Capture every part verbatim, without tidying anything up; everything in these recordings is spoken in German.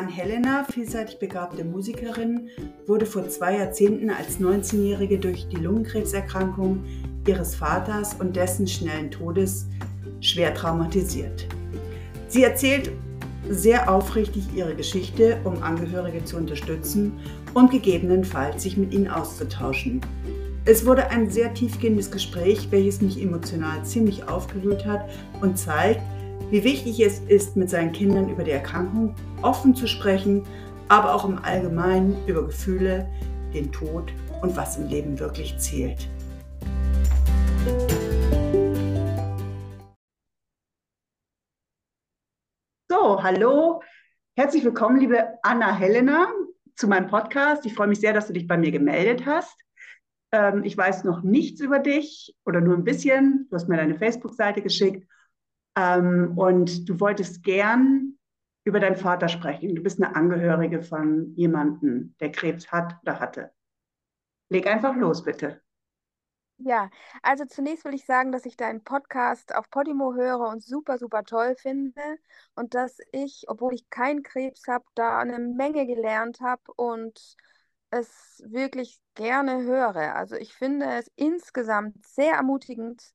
Anne-Helena, vielseitig begabte Musikerin, wurde vor zwei Jahrzehnten als neunzehnjährige durch die Lungenkrebserkrankung ihres Vaters und dessen schnellen Todes schwer traumatisiert. Sie erzählt sehr aufrichtig ihre Geschichte, um Angehörige zu unterstützen und gegebenenfalls sich mit ihnen auszutauschen. Es wurde ein sehr tiefgehendes Gespräch, welches mich emotional ziemlich aufgewühlt hat und zeigt, wie wichtig es ist, mit seinen Kindern über die Erkrankung offen zu sprechen, aber auch im Allgemeinen über Gefühle, den Tod und was im Leben wirklich zählt. So, hallo, herzlich willkommen, liebe Anna-Helena, zu meinem Podcast. Ich freue mich sehr, dass du dich bei mir gemeldet hast. Ähm, ich weiß noch nichts über dich oder nur ein bisschen. Du hast mir deine Facebook-Seite geschickt. Ähm, und du wolltest gern über deinen Vater sprechen. Du bist eine Angehörige von jemandem, der Krebs hat oder hatte. Leg einfach los, bitte. Ja, also zunächst will ich sagen, dass ich deinen Podcast auf Podimo höre und super, super toll finde und dass ich, obwohl ich keinen Krebs habe, da eine Menge gelernt habe und es wirklich gerne höre. Also ich finde es insgesamt sehr ermutigend,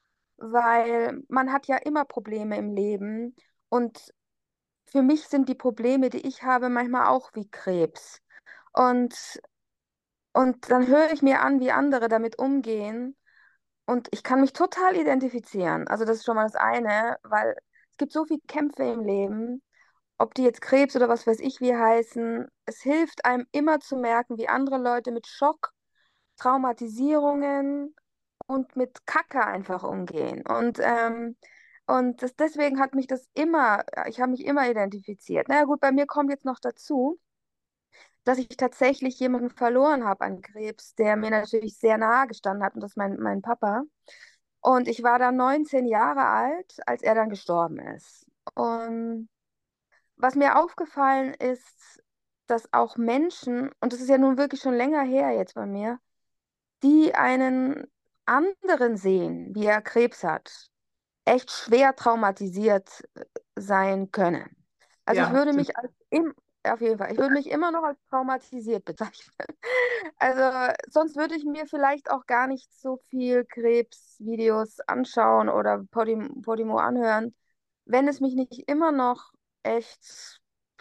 weil man hat ja immer Probleme im Leben und für mich sind die Probleme, die ich habe, manchmal auch wie Krebs. Und, und dann höre ich mir an, wie andere damit umgehen. Und ich kann mich total identifizieren. Also das ist schon mal das eine, weil es gibt so viele Kämpfe im Leben, ob die jetzt Krebs oder was weiß ich wie heißen. Es hilft einem immer zu merken, wie andere Leute mit Schock, Traumatisierungen und mit Kacke einfach umgehen. Und, ähm, und das, deswegen hat mich das immer, ich habe mich immer identifiziert. Na ja, gut, bei mir kommt jetzt noch dazu, dass ich tatsächlich jemanden verloren habe an Krebs, der mir natürlich sehr nahe gestanden hat, und das ist mein, mein Papa. Und ich war dann neunzehn Jahre alt, als er dann gestorben ist. Und was mir aufgefallen ist, dass auch Menschen, und das ist ja nun wirklich schon länger her jetzt bei mir, die einen anderen sehen, wie er Krebs hat, echt schwer traumatisiert äh, sein können. Also ich Ja, würde mich als im, auf jeden Fall, ich würde mich immer noch als traumatisiert bezeichnen. Also sonst würde ich mir vielleicht auch gar nicht so viel Krebsvideos anschauen oder Podimo, Podimo anhören, wenn es mich nicht immer noch echt,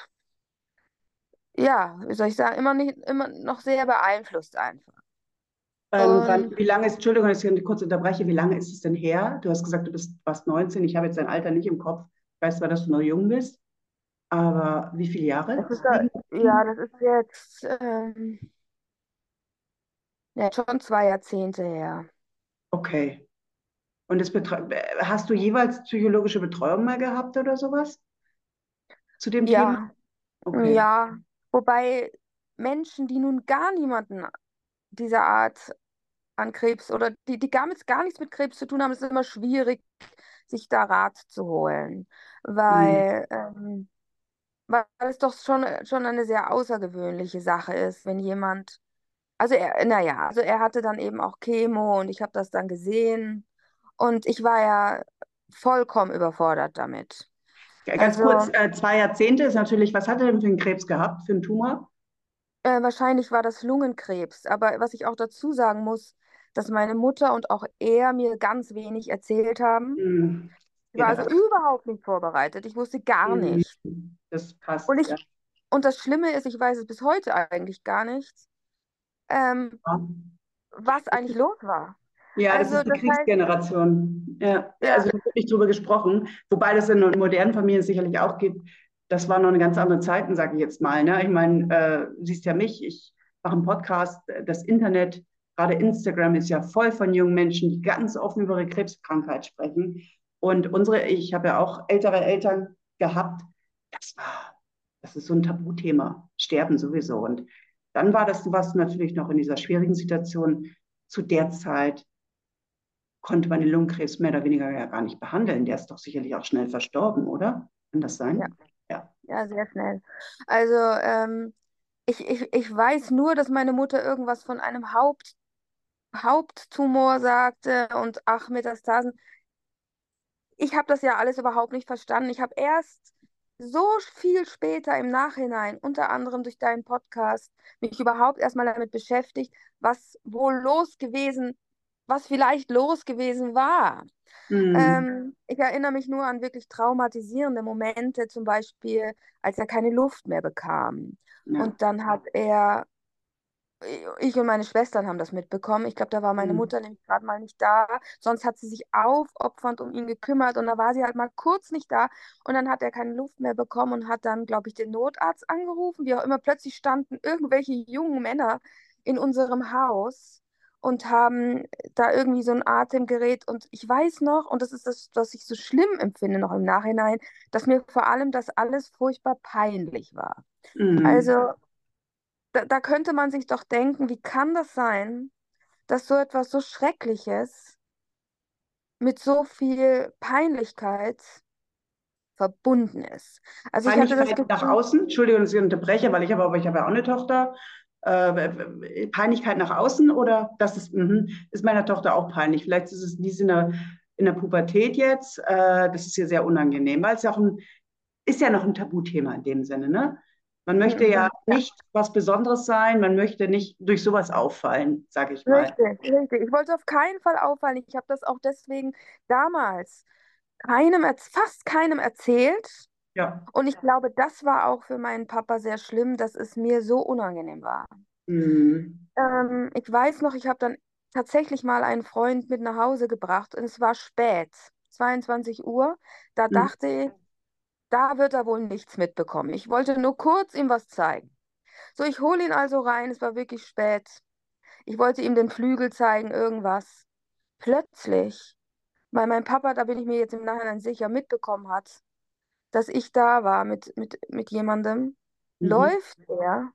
ja, wie soll ich sagen, immer nicht, immer noch sehr beeinflusst einfach. ähm, wann, Und wie lange ist, Entschuldigung, dass ich eine kurze unterbreche, wie lange ist es denn her? Du hast gesagt, du bist fast neunzehn. Ich habe jetzt dein Alter nicht im Kopf. Ich weiß zwar, dass du noch jung bist, aber wie viele Jahre es ist, liegen äh, ja, dazwischen? das ist jetzt ähm, ja, schon zwei Jahrzehnte her. Okay. Und das betre- hast du jeweils psychologische Betreuung mal gehabt oder sowas zu dem Thema? Ja, Okay. ja, wobei Menschen, die nun gar niemanden dieser Art an Krebs oder die, die gar, mit, gar nichts mit Krebs zu tun haben, ist es immer schwierig, sich da Rat zu holen, Mhm. weil, ähm, weil es doch schon, schon eine sehr außergewöhnliche Sache ist, wenn jemand, also er, naja, also er hatte dann eben auch Chemo und ich habe das dann gesehen und ich war ja vollkommen überfordert damit. Ja, ganz kurz, Also äh, zwei Jahrzehnte ist natürlich, was hat er denn für einen Krebs gehabt, für einen Tumor? Äh, wahrscheinlich war das Lungenkrebs. Aber was ich auch dazu sagen muss, dass meine Mutter und auch er mir ganz wenig erzählt haben. Hm, Ich war also gedacht. überhaupt nicht vorbereitet. Ich wusste gar Hm, nichts. das Und passt, ich, ja. und das Schlimme ist, ich weiß es bis heute eigentlich gar nicht, ähm, was eigentlich los war. Ja, das Also ist die das heißt, Kriegsgeneration. Ja, ja, also da wird nicht drüber gesprochen, wobei das in modernen Familien sicherlich auch gibt. Das waren noch eine ganz andere Zeiten, sage ich jetzt mal. Ne? Ich meine, äh, du siehst ja mich, ich mache einen Podcast, das Internet, gerade Instagram ist ja voll von jungen Menschen, die ganz offen über ihre Krebskrankheit sprechen. Und unsere, ich habe ja auch ältere Eltern gehabt, das war, das ist so ein Tabuthema, Sterben sowieso. Und dann war das was natürlich noch in dieser schwierigen Situation zu der Zeit konnte man den Lungenkrebs mehr oder weniger ja gar nicht behandeln. Der ist doch sicherlich auch schnell verstorben, oder? Kann das ja, sein? Ja. ja, sehr schnell. Also ähm, ich, ich, ich weiß nur, dass meine Mutter irgendwas von einem Haupt, Haupttumor sagte und ach, Metastasen. Ich habe das ja alles überhaupt nicht verstanden. Ich habe erst so viel später im Nachhinein, unter anderem durch deinen Podcast, mich überhaupt erstmal damit beschäftigt, was wohl los gewesen, was vielleicht los gewesen war. Mhm. Ähm, ich erinnere mich nur an wirklich traumatisierende Momente, zum Beispiel, als er keine Luft mehr bekam. Ja. Und dann hat er ich und meine Schwestern haben das mitbekommen. Ich glaube, da war meine Mhm. Mutter nämlich gerade mal nicht da. Sonst hat sie sich aufopfernd um ihn gekümmert und da war sie halt mal kurz nicht da. Und dann hat er keine Luft mehr bekommen und hat dann, glaube ich, den Notarzt angerufen. Wie auch immer, plötzlich standen irgendwelche jungen Männer in unserem Haus und haben da irgendwie so ein Atemgerät. Und ich weiß noch, und das ist das, was ich so schlimm empfinde noch im Nachhinein, dass mir vor allem das alles furchtbar peinlich war. Mhm. Also da, da könnte man sich doch denken, wie kann das sein, dass so etwas so Schreckliches mit so viel Peinlichkeit verbunden ist? Also ich hatte das Peinlichkeit nach Gefühl, außen, Entschuldigung, dass ich unterbreche, weil ich habe aber ich habe ja auch eine Tochter. Äh, Peinlichkeit nach außen oder das ist, mhm, ist meiner Tochter auch peinlich. Vielleicht ist es dies in der, in der Pubertät jetzt. Äh, das ist ihr sehr unangenehm, weil es ja auch ein, ist ja noch ein Tabuthema in dem Sinne, ne? Man möchte ja mhm, ja, nicht was Besonderes sein, man möchte nicht durch sowas auffallen, sage ich mal. richtig, richtig. Ich wollte auf keinen Fall auffallen. Ich habe das auch deswegen damals keinem, erz- fast keinem erzählt. Ja. Und ich glaube, das war auch für meinen Papa sehr schlimm, dass es mir so unangenehm war. Mhm. Ähm, ich weiß noch, ich habe dann tatsächlich mal einen Freund mit nach Hause gebracht und es war spät, zweiundzwanzig Uhr. Da Mhm. dachte ich, da wird er wohl nichts mitbekommen. Ich wollte nur kurz ihm was zeigen. So, ich hole ihn also rein, es war wirklich spät. Ich wollte ihm den Flügel zeigen, irgendwas. Plötzlich, weil mein Papa, da bin ich mir jetzt im Nachhinein sicher, mitbekommen hat, dass ich da war mit, mit, mit jemandem, Mhm. läuft er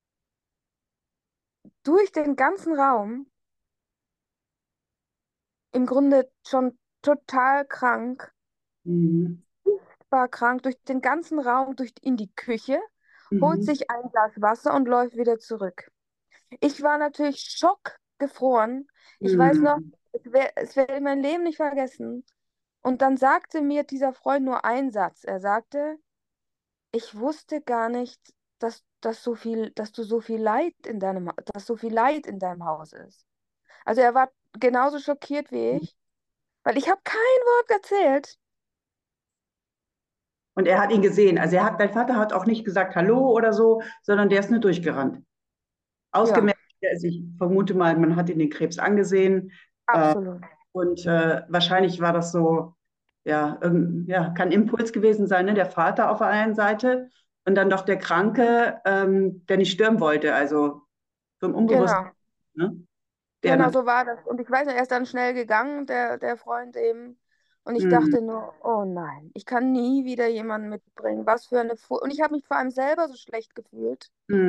durch den ganzen Raum, im Grunde schon total krank, Mhm. war krank, durch den ganzen Raum, durch in die Küche, holt Mhm. sich ein Glas Wasser und läuft wieder zurück. Ich war natürlich schockgefroren. Ich weiß noch, Mhm. es wär, es werde ich mein Leben nicht vergessen. Und dann sagte mir dieser Freund nur einen Satz. Er sagte, ich wusste gar nicht, dass, dass so viel, dass du so viel Leid in deinem, dass so viel Leid in deinem Haus ist. Also er war genauso schockiert wie ich, weil ich habe kein Wort erzählt. Und er hat ihn gesehen. Also er hat, dein Vater hat auch nicht gesagt Hallo oder so, sondern der ist nur durchgerannt. Ja, Ausgemerkt, also ich vermute mal, man hat ihn den Krebs angesehen. Äh, absolut. und äh, wahrscheinlich war das so, ja, irgend, ja, kann Impuls gewesen sein, ne? Der Vater auf der einen Seite und dann doch der Kranke, ähm, der nicht stören wollte. Also so im Unbewussten, Genau. ne? Der Genau natürlich. so war das. Und ich weiß noch, er ist dann schnell gegangen, der, der Freund eben. Und ich Mm, dachte nur, oh nein, ich kann nie wieder jemanden mitbringen. Was für eine Fu Und ich habe mich vor allem selber so schlecht gefühlt,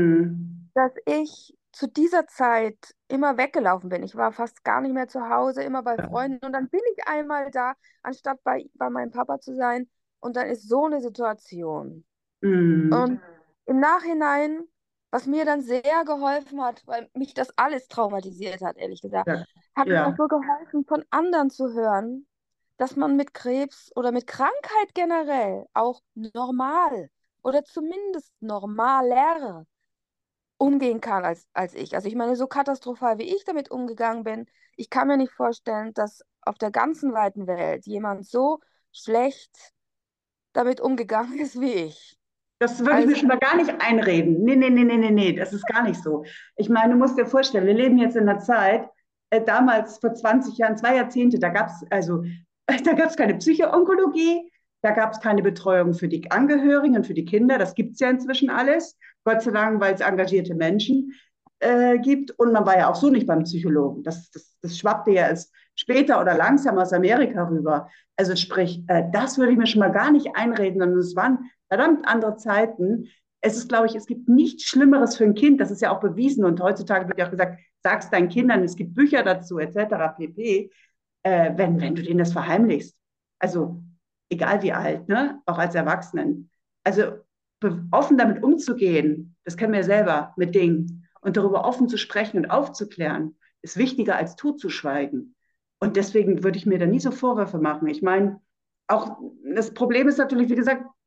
mm, dass ich zu dieser Zeit immer weggelaufen bin. Ich war fast gar nicht mehr zu Hause, immer bei Freunden. Und dann bin ich einmal da, anstatt bei, bei meinem Papa zu sein. Und dann ist so eine Situation. mm, Und im Nachhinein, was mir dann sehr geholfen hat, weil mich das alles traumatisiert hat, ehrlich gesagt, ja, hat mir das ja, so geholfen, von anderen zu hören, dass man mit Krebs oder mit Krankheit generell auch normal oder zumindest normaler umgehen kann als, als ich. Also ich meine, so katastrophal wie ich damit umgegangen bin, ich kann mir nicht vorstellen, dass auf der ganzen weiten Welt jemand so schlecht damit umgegangen ist wie ich. das würde ich mir Also, schon mal gar nicht einreden. Nee, nee, nee, nee, nee, nee, das ist gar nicht so. Ich meine, du musst dir vorstellen, wir leben jetzt in einer Zeit, äh, damals vor zwanzig Jahren, zwei Jahrzehnte, da gab es also, da gab es keine Psychoonkologie, da gab es keine Betreuung für die Angehörigen und für die Kinder. Das gibt es ja inzwischen alles. Gott sei Dank, weil es engagierte Menschen äh, gibt. Und man war ja auch so nicht beim Psychologen. Das, das, das schwappte ja erst später oder langsam aus Amerika rüber. Also sprich, äh, das würde ich mir schon mal gar nicht einreden, sondern es waren verdammt andere Zeiten. Es ist, glaube ich, es gibt nichts Schlimmeres für ein Kind, das ist ja auch bewiesen und heutzutage wird ja auch gesagt, sag's deinen Kindern, es gibt Bücher dazu, et cetera pp., äh, wenn, wenn du denen das verheimlichst. Also egal wie alt, ne? Auch als Erwachsenen. Also offen damit umzugehen, das kennen wir selber mit Dingen, und darüber offen zu sprechen und aufzuklären, ist wichtiger als totzuschweigen. Und deswegen würde ich mir da nie so Vorwürfe machen. Ich meine, auch das Problem ist natürlich, wie gesagt,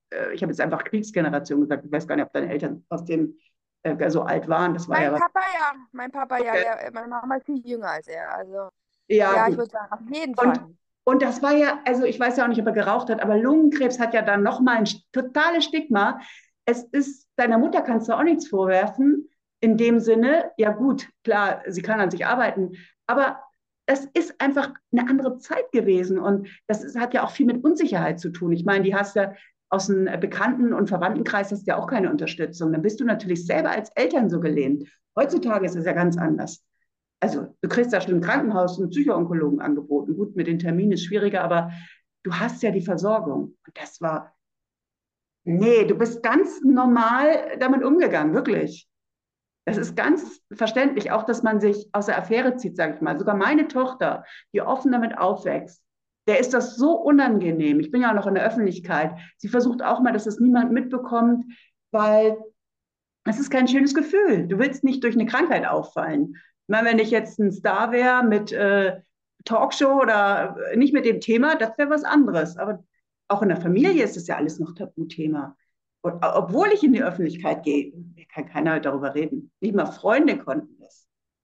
äh, ich habe jetzt einfach Kriegsgeneration gesagt, ich weiß gar nicht, ob deine Eltern aus dem äh, so alt waren, das war Mein ja was. Papa ja, mein Papa ja, Okay. der, meine Mama ist viel jünger als er. Also Ja, ja, ich gut. würde sagen, auf jeden Und, Fall. und das war ja, also ich weiß ja auch nicht, ob er geraucht hat, aber Lungenkrebs hat ja dann nochmal ein totales Stigma. Es ist, deiner Mutter kannst du auch nichts vorwerfen, in dem Sinne, ja gut, klar, sie kann an sich arbeiten, aber es ist einfach eine andere Zeit gewesen und das ist, hat ja auch viel mit Unsicherheit zu tun. Ich meine, die hast ja aus dem Bekannten- und Verwandtenkreis hast ja auch keine Unterstützung. Dann bist du natürlich selber als Eltern so gelähmt. Heutzutage ist es ja ganz anders. Also du kriegst ja schon im Krankenhaus einen Psychoonkologen angeboten. Gut, mit den Terminen ist schwieriger, aber du hast ja die Versorgung. Und das war, nee, du bist ganz normal damit umgegangen, wirklich. Das ist ganz verständlich, auch dass man sich aus der Affäre zieht, sage ich mal. Sogar meine Tochter, die offen damit aufwächst, der ist das so unangenehm. Ich bin ja auch noch in der Öffentlichkeit. Sie versucht auch mal, dass das niemand mitbekommt, weil es ist kein schönes Gefühl. Du willst nicht durch eine Krankheit auffallen. Ich meine, wenn ich jetzt ein Star wäre mit äh, Talkshow oder äh, nicht mit dem Thema, das wäre was anderes. Aber auch in der Familie ist das ja alles noch Tabuthema. Und obwohl ich in die Öffentlichkeit gehe, kann keiner darüber reden. Nicht mal Freunde konnten das.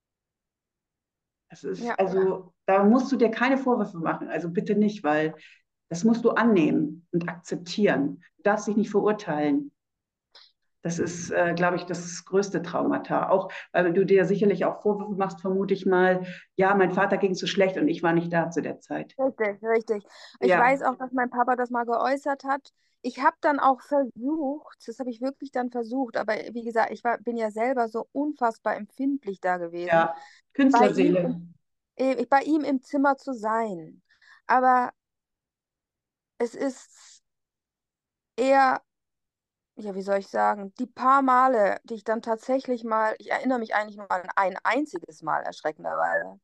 Das ist, Ja, also, da musst du dir keine Vorwürfe machen. Also bitte nicht, weil das musst du annehmen und akzeptieren. Du darfst dich nicht verurteilen. Das ist, äh, glaube ich, das größte Traumata. Auch weil du dir sicherlich auch Vorwürfe machst, vermute ich mal, ja, mein Vater ging es so schlecht und ich war nicht da zu der Zeit. richtig, richtig. Ich Ja, weiß auch, dass mein Papa das mal geäußert hat. Ich habe dann auch versucht, das habe ich wirklich dann versucht, aber wie gesagt, ich war, bin ja selber so unfassbar empfindlich da gewesen, ja, bei ihm, Künstlerseele. im- äh, bei ihm im Zimmer zu sein. Aber es ist eher, ja, wie soll ich sagen, die paar Male, die ich dann tatsächlich mal, ich erinnere mich eigentlich nur an ein einziges Mal, erschreckenderweise.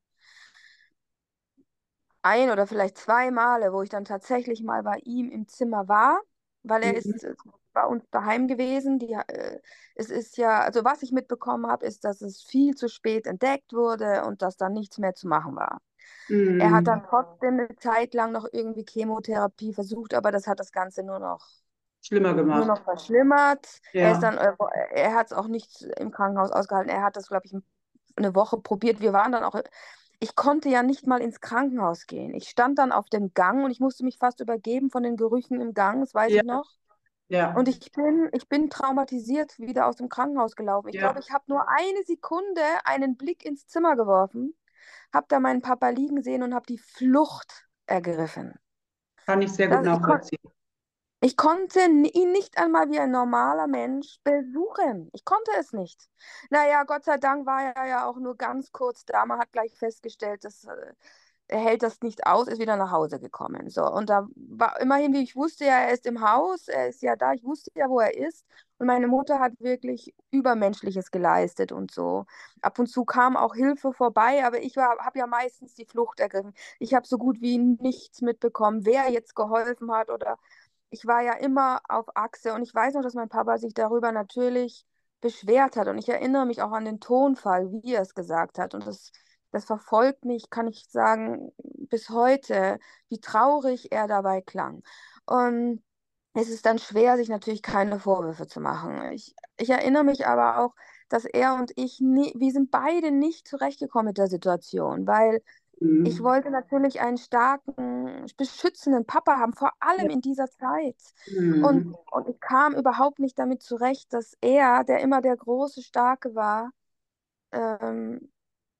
Ein oder vielleicht zwei Male, wo ich dann tatsächlich mal bei ihm im Zimmer war, weil er Mhm. ist äh, bei uns daheim gewesen. Die, äh, es ist ja, also was ich mitbekommen habe, ist, dass es viel zu spät entdeckt wurde und dass dann nichts mehr zu machen war. Er hat Mhm. dann trotzdem eine Zeit lang noch irgendwie Chemotherapie versucht, aber das hat das Ganze nur noch Schlimmer nur gemacht. noch verschlimmert. Er ist Ja, dann, äh, er hat es auch nicht im Krankenhaus ausgehalten. Er hat das, glaube ich, eine Woche probiert. Wir waren dann auch, ich konnte ja nicht mal ins Krankenhaus gehen. Ich stand dann auf dem Gang und ich musste mich fast übergeben von den Gerüchen im Gang, das weiß ja, ich noch. ja, Und ich bin, ich bin traumatisiert wieder aus dem Krankenhaus gelaufen. Ich glaube, ja, ich habe nur eine Sekunde einen Blick ins Zimmer geworfen, habe da meinen Papa liegen sehen und habe die Flucht ergriffen. kann ich sehr gut Das, ich, kon nachvollziehen. ich konnte n- ihn nicht einmal wie ein normaler Mensch besuchen. Ich konnte es nicht. Naja, Gott sei Dank war er ja auch nur ganz kurz da. Man hat gleich festgestellt, dass äh, er hält das nicht aus, ist wieder nach Hause gekommen. So, und da war immerhin, wie ich wusste ja, er ist im Haus, er ist ja da, ich wusste ja, wo er ist. Und meine Mutter hat wirklich Übermenschliches geleistet und so. Ab und zu kam auch Hilfe vorbei, aber ich habe ja meistens die Flucht ergriffen. Ich habe so gut wie nichts mitbekommen, wer jetzt geholfen hat oder ich war ja immer auf Achse und ich weiß noch, dass mein Papa sich darüber natürlich beschwert hat und ich erinnere mich auch an den Tonfall, wie er es gesagt hat und das, das verfolgt mich, kann ich sagen, bis heute, wie traurig er dabei klang. Und es ist dann schwer, sich natürlich keine Vorwürfe zu machen. Ich, ich erinnere mich aber auch, dass er und ich, nie, wir sind beide nicht zurechtgekommen mit der Situation, weil ich Mhm. wollte natürlich einen starken, beschützenden Papa haben, vor Ja. allem in dieser Zeit. Und, Mhm. und ich kam überhaupt nicht damit zurecht, dass er, der immer der große, starke war, ähm,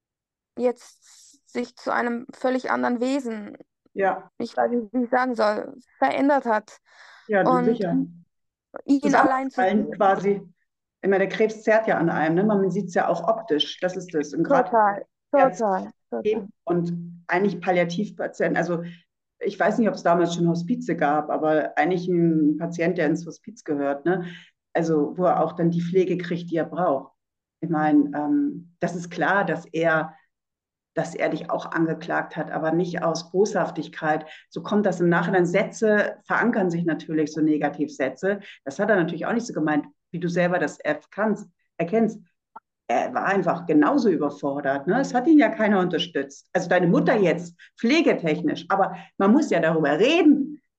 jetzt sich zu einem völlig anderen Wesen, Ja, ich weiß nicht, wie ich sagen soll, verändert hat. ja, du Und sicher. ihn allein zu Zusammengefallen sehen, quasi. Immer der Krebs zerrt ja an einem, ne? Man sieht es ja auch optisch, das ist das. Und gerade total, jetzt total, total. und eigentlich Palliativpatienten, also ich weiß nicht, ob es damals schon Hospize gab, aber eigentlich ein Patient, der ins Hospiz gehört, ne? Also wo er auch dann die Pflege kriegt, die er braucht. Ich meine, ähm, das ist klar, dass er, dass er dich auch angeklagt hat, aber nicht aus Boshaftigkeit. So kommt das im Nachhinein. Sätze verankern sich natürlich, so Negativsätze. Das hat er natürlich auch nicht so gemeint, wie du selber das erkannst, erkennst. Er war einfach genauso überfordert. Ne? Es hat ihn ja keiner unterstützt. Also deine Mutter jetzt, pflegetechnisch. Aber man muss ja darüber reden.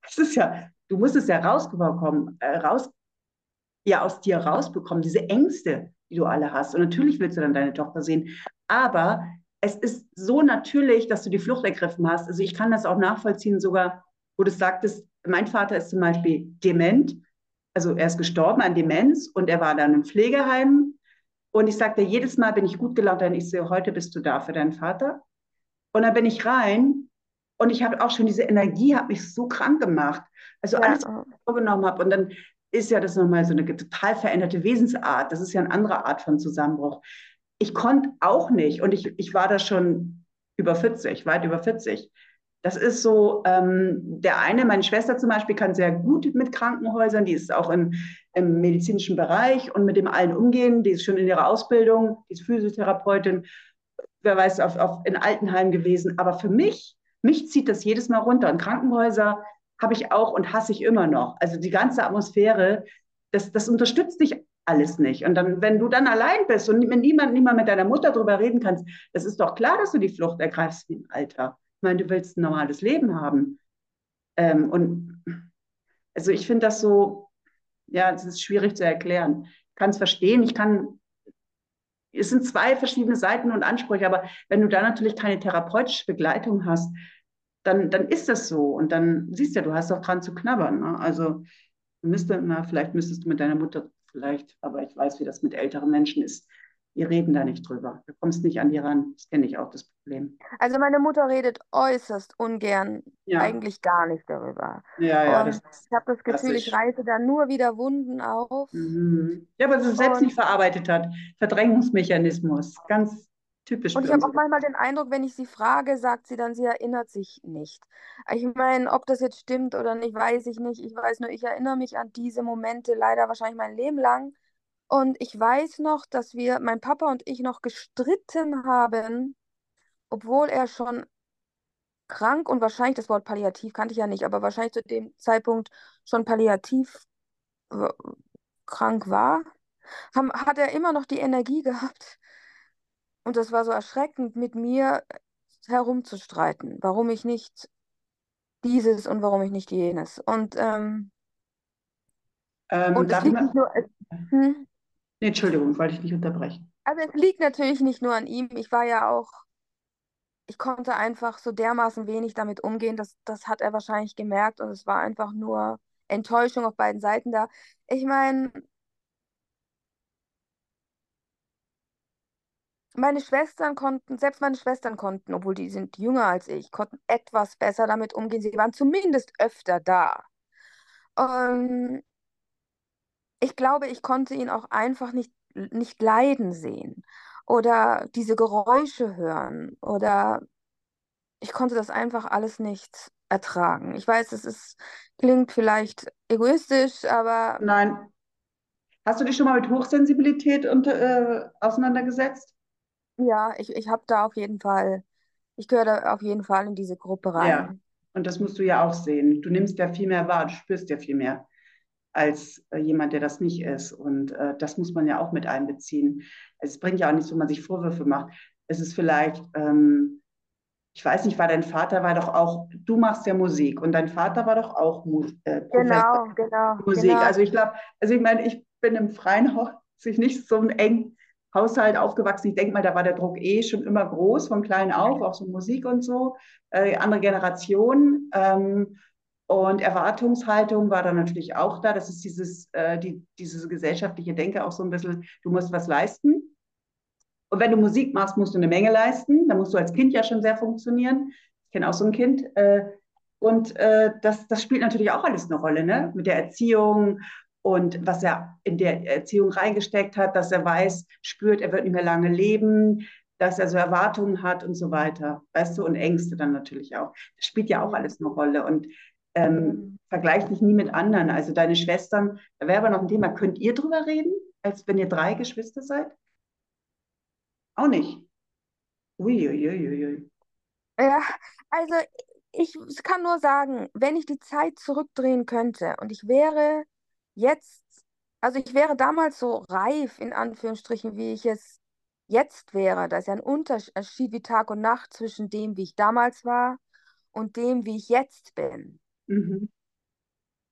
Das ist ja, du musst es ja rausbekommen, äh, raus, ja, aus dir rausbekommen, diese Ängste, die du alle hast. Und natürlich willst du dann deine Tochter sehen. Aber es ist so natürlich, dass du die Flucht ergriffen hast. Also ich kann das auch nachvollziehen, sogar, wo du sagtest, mein Vater ist zum Beispiel dement. Also er ist gestorben an Demenz und er war dann im Pflegeheim. Und ich sagte, jedes Mal bin ich gut gelaunt, denn ich sehe, heute bist du da für deinen Vater. Und dann bin ich rein und ich habe auch schon diese Energie, hat mich so krank gemacht. Also Ja, alles, was ich vorgenommen habe. Und dann ist ja das nochmal so eine total veränderte Wesensart. Das ist ja eine andere Art von Zusammenbruch. Ich konnte auch nicht und ich, ich war da schon über vierzig, weit über vierzig. Das ist so, ähm, der eine, meine Schwester zum Beispiel, kann sehr gut mit Krankenhäusern, die ist auch im, im medizinischen Bereich und mit dem allen umgehen, die ist schon in ihrer Ausbildung, die ist Physiotherapeutin, wer weiß, auf, auf, in Altenheim gewesen. Aber für mich, mich zieht das jedes Mal runter. Und Krankenhäuser habe ich auch und hasse ich immer noch. Also die ganze Atmosphäre, das, das unterstützt dich alles nicht. Und dann, wenn du dann allein bist und mit niemand, niemand mit deiner Mutter drüber reden kannst, das ist doch klar, dass du die Flucht ergreifst im Alter. Ich meine, du willst ein normales Leben haben. Ähm, und also ich finde das so, ja, es ist schwierig zu erklären. Ich kann es verstehen, ich kann, es sind zwei verschiedene Seiten und Ansprüche, aber wenn du da natürlich keine therapeutische Begleitung hast, dann, dann ist das so. Und dann siehst du ja, du hast auch dran zu knabbern. Ne? Also müsste, na, vielleicht müsstest du mit deiner Mutter vielleicht, aber ich weiß, wie das mit älteren Menschen ist. Die reden da nicht drüber. Du kommst nicht an die ran. Das kenne ich auch, das Problem. also meine Mutter redet äußerst ungern, Ja, eigentlich gar nicht darüber. ja, ja, das Und ist ich habe das Gefühl, ich klassisch. reiße da nur wieder Wunden auf. Mhm. Ja, aber sie es selbst nicht Und, verarbeitet hat. Verdrängungsmechanismus. Ganz typisch und für ich habe uns. auch manchmal den Eindruck, wenn ich sie frage, sagt sie dann, sie erinnert sich nicht. Ich meine, ob das jetzt stimmt oder nicht, weiß ich nicht. Ich weiß nur, ich erinnere mich an diese Momente leider wahrscheinlich mein Leben lang. Und ich weiß noch, dass wir, mein Papa und ich, noch gestritten haben, obwohl er schon krank und wahrscheinlich, das Wort palliativ kannte ich ja nicht, aber wahrscheinlich zu dem Zeitpunkt schon palliativ äh, krank war, haben, hat er immer noch die Energie gehabt. Und das war so erschreckend, mit mir herumzustreiten, warum ich nicht dieses und warum ich nicht jenes. Und, ähm, Ähm, und es darf ich liegt mal? nicht nur, äh, hm, Nee, Entschuldigung, wollte ich nicht unterbrechen. also es liegt natürlich nicht nur an ihm. Ich war ja auch, ich konnte einfach so dermaßen wenig damit umgehen, das, das hat er wahrscheinlich gemerkt und es war einfach nur Enttäuschung auf beiden Seiten da. Ich meine, meine Schwestern konnten, selbst meine Schwestern konnten, obwohl die sind jünger als ich, konnten etwas besser damit umgehen. Sie waren zumindest öfter da. Ähm, ich glaube, ich konnte ihn auch einfach nicht, nicht leiden sehen oder diese Geräusche hören oder ich konnte das einfach alles nicht ertragen. Ich weiß, es ist, klingt vielleicht egoistisch, aber Nein. Hast du dich schon mal mit Hochsensibilität und, äh, auseinandergesetzt? ja, ich, ich habe da auf jeden Fall, ich gehöre da auf jeden Fall in diese Gruppe Ja. rein. Und das musst du ja auch sehen. Du nimmst ja viel mehr wahr, du spürst ja viel mehr als äh, jemand, der das nicht ist. Und äh, das muss man ja auch mit einbeziehen. Es bringt ja auch nichts, wenn man sich Vorwürfe macht. Es ist vielleicht, ähm, ich weiß nicht, war dein Vater war doch auch, du machst ja Musik und dein Vater war doch auch Mus äh, Professor Genau, genau, Musik. genau. Also ich glaube, also ich meine, ich bin im freien Haus, sich nicht so einem engen Haushalt aufgewachsen. Ich denke mal, da war der Druck eh schon immer groß, von klein auf, auch so Musik und so, äh, andere Generation. Ähm, und Erwartungshaltung war dann natürlich auch da. Das ist dieses, äh, die, diese gesellschaftliche Denke auch so ein bisschen, du musst was leisten. Und wenn du Musik machst, musst du eine Menge leisten. Da musst du als Kind ja schon sehr funktionieren. Ich kenne auch so ein Kind. Äh, und äh, das, das spielt natürlich auch alles eine Rolle, ne? Mit der Erziehung und was er in der Erziehung reingesteckt hat, dass er weiß, spürt, er wird nicht mehr lange leben, dass er so Erwartungen hat und so weiter. Weißt du, und Ängste dann natürlich auch. Das spielt ja auch Ja, alles eine Rolle. Und ähm, eben. vergleich dich nie mit anderen. Also deine Schwestern, da wäre aber noch ein Thema. Könnt ihr drüber reden, als wenn ihr drei Geschwister seid? Auch nicht. Uiuiuiui. Ja, also ich kann nur sagen, wenn ich die Zeit zurückdrehen könnte und ich wäre jetzt, also ich wäre damals so reif, in Anführungsstrichen, wie ich es jetzt wäre. Da ist ja ein Unterschied wie Tag und Nacht zwischen dem, wie ich damals war und dem, wie ich jetzt bin. Mhm.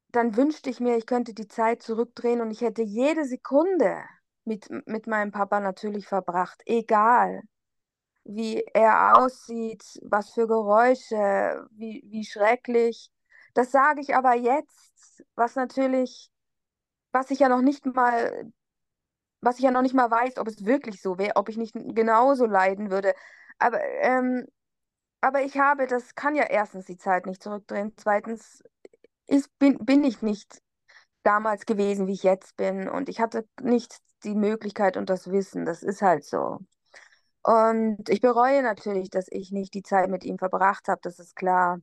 dann wünschte ich mir, ich könnte die Zeit zurückdrehen und ich hätte jede Sekunde mit, mit meinem Papa natürlich verbracht, egal wie er aussieht, was für Geräusche, wie, wie schrecklich. Das sage ich aber jetzt, was natürlich, was ich ja noch nicht mal, was ich ja noch nicht mal weiß, ob es wirklich so wäre, ob ich nicht genauso leiden würde. Aber, ähm, aber ich habe, das kann ja erstens die Zeit nicht zurückdrehen, zweitens ist, bin, bin ich nicht damals gewesen, wie ich jetzt bin. Und ich hatte nicht die Möglichkeit und das Wissen. Das ist halt so. Und ich bereue natürlich, dass ich nicht die Zeit mit ihm verbracht habe, das ist klar.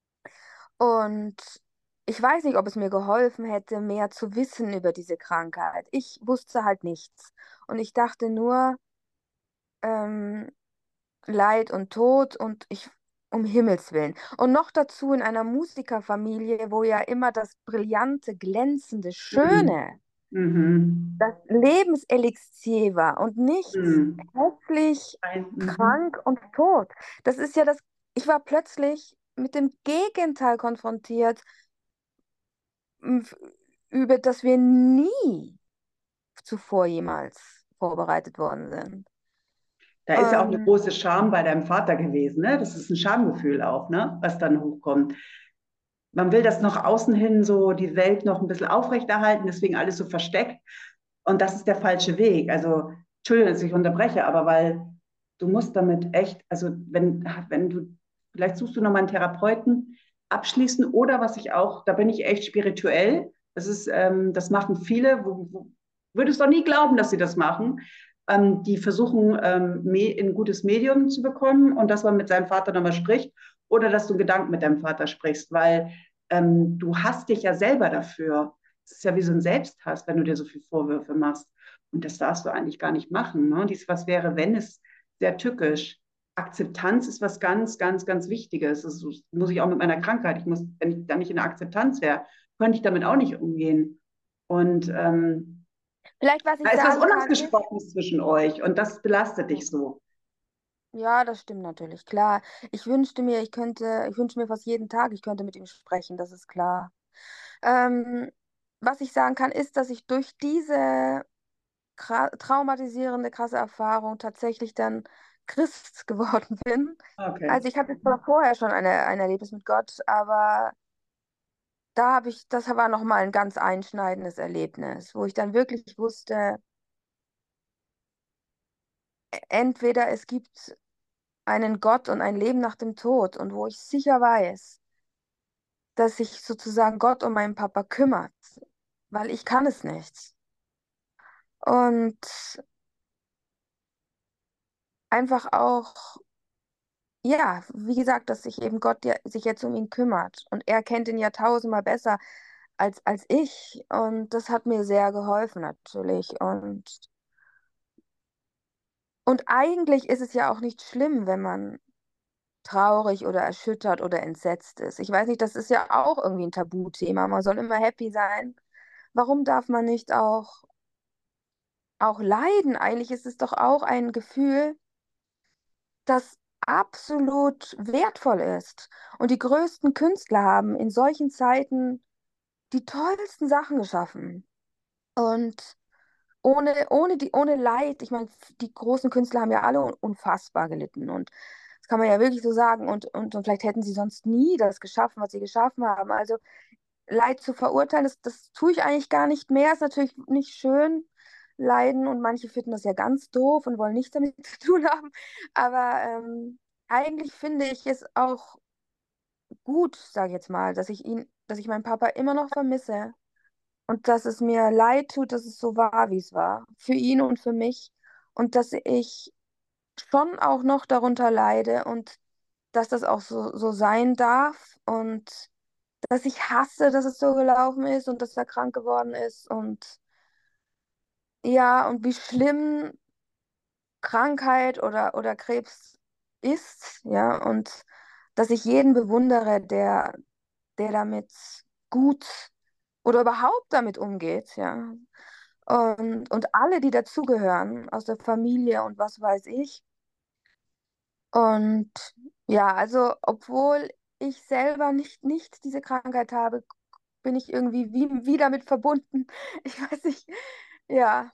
Und ich weiß nicht, ob es mir geholfen hätte, mehr zu wissen über diese Krankheit. Ich wusste halt nichts. Und ich dachte nur, ähm, Leid und Tod und ich, um Himmels Willen. Und noch dazu in einer Musikerfamilie, wo ja immer das Brillante, Glänzende, Mhm. Schöne Mhm. das Lebenselixier war und nicht Mhm. hässlich, Ein, mhm. krank und tot. Das ist ja das, ich war plötzlich mit dem Gegenteil konfrontiert, m- über das wir nie zuvor jemals vorbereitet worden sind. Da ist ja auch eine Ähm, große Scham bei deinem Vater gewesen, ne? Das ist ein Schamgefühl auch, ne? Was dann hochkommt. Man will das nach außen hin so die Welt noch ein bisschen aufrechterhalten, deswegen alles so versteckt. Und das ist der falsche Weg. Also, Entschuldigung, dass ich unterbreche, aber weil du musst damit echt, also wenn, wenn du, vielleicht suchst du nochmal einen Therapeuten abschließen oder was ich auch, da bin ich echt spirituell. Das ist, ähm, das machen viele, wo, wo, würdest doch nie glauben, dass sie das machen. Ähm, die versuchen, ähm, ein gutes Medium zu bekommen und dass man mit seinem Vater nochmal spricht oder dass du einen Gedanken mit deinem Vater sprichst, weil ähm, du hast dich ja selber dafür. Es ist ja wie so ein Selbsthass, wenn du dir so viele Vorwürfe machst. Und das darfst du eigentlich gar nicht machen. Ne? Dies Was wäre, wenn es sehr tückisch. Akzeptanz ist was ganz, ganz, ganz Wichtiges. Das muss ich auch mit meiner Krankheit. Ich muss, wenn ich da nicht in der Akzeptanz wäre, könnte ich damit auch nicht umgehen. Und ähm, Vielleicht, was da ich ist was sagen kann, ist, Unausgesprochenes zwischen euch und das belastet dich so. ja, das stimmt natürlich, klar. Ich wünschte mir, ich könnte, ich wünsche mir fast jeden Tag, ich könnte mit ihm sprechen, das ist klar. Ähm, was ich sagen kann, ist, dass ich durch diese kra- traumatisierende, krasse Erfahrung tatsächlich dann Christ geworden bin. Okay. Also ich hatte zwar vorher schon eine, ein Erlebnis mit Gott, aber da habe ich, das war nochmal ein ganz einschneidendes Erlebnis, wo ich dann wirklich wusste, e- entweder es gibt einen Gott und ein Leben nach dem Tod und wo ich sicher weiß, dass sich sozusagen Gott um meinen Papa kümmert, weil ich kann es nicht. Und einfach auch ja, wie gesagt, dass sich eben Gott ja, sich jetzt um ihn kümmert. Und er kennt ihn ja tausendmal besser als, als ich. Und das hat mir sehr geholfen natürlich. Und, und eigentlich ist es ja auch nicht schlimm, wenn man traurig oder erschüttert oder entsetzt ist. Ich weiß nicht, das ist ja auch irgendwie ein Tabuthema. Man soll immer happy sein. Warum darf man nicht auch, auch leiden? Eigentlich ist es doch auch ein Gefühl, das absolut wertvoll ist. Und die größten Künstler haben in solchen Zeiten die tollsten Sachen geschaffen. Und ohne, ohne, die, ohne Leid, ich meine, die großen Künstler haben ja alle un- unfassbar gelitten. Und das kann man ja wirklich so sagen. Und, und, und vielleicht hätten sie sonst nie das geschaffen, was sie geschaffen haben. Also Leid zu verurteilen, das, das tue ich eigentlich gar nicht mehr. Ist natürlich nicht schön, leiden. Und manche finden das ja ganz doof und wollen nichts damit zu tun haben. Aber ähm, eigentlich finde ich es auch gut, sage ich jetzt mal, dass ich ihn, dass ich meinen Papa immer noch vermisse. Und dass es mir leid tut, dass es so war, wie es war. Für ihn und für mich. Und dass ich schon auch noch darunter leide und dass das auch so, so sein darf. Und dass ich hasse, dass es so gelaufen ist und dass er krank geworden ist. Und ja, und wie schlimm Krankheit oder, oder Krebs ist. Ja, und dass ich jeden bewundere, der, der damit gut oder überhaupt damit umgeht. Ja. Und, und alle, die dazugehören, aus der Familie und was weiß ich. Und ja, also obwohl ich selber nicht, nicht diese Krankheit habe, bin ich irgendwie wie, wie damit verbunden. Ich weiß nicht. Ja,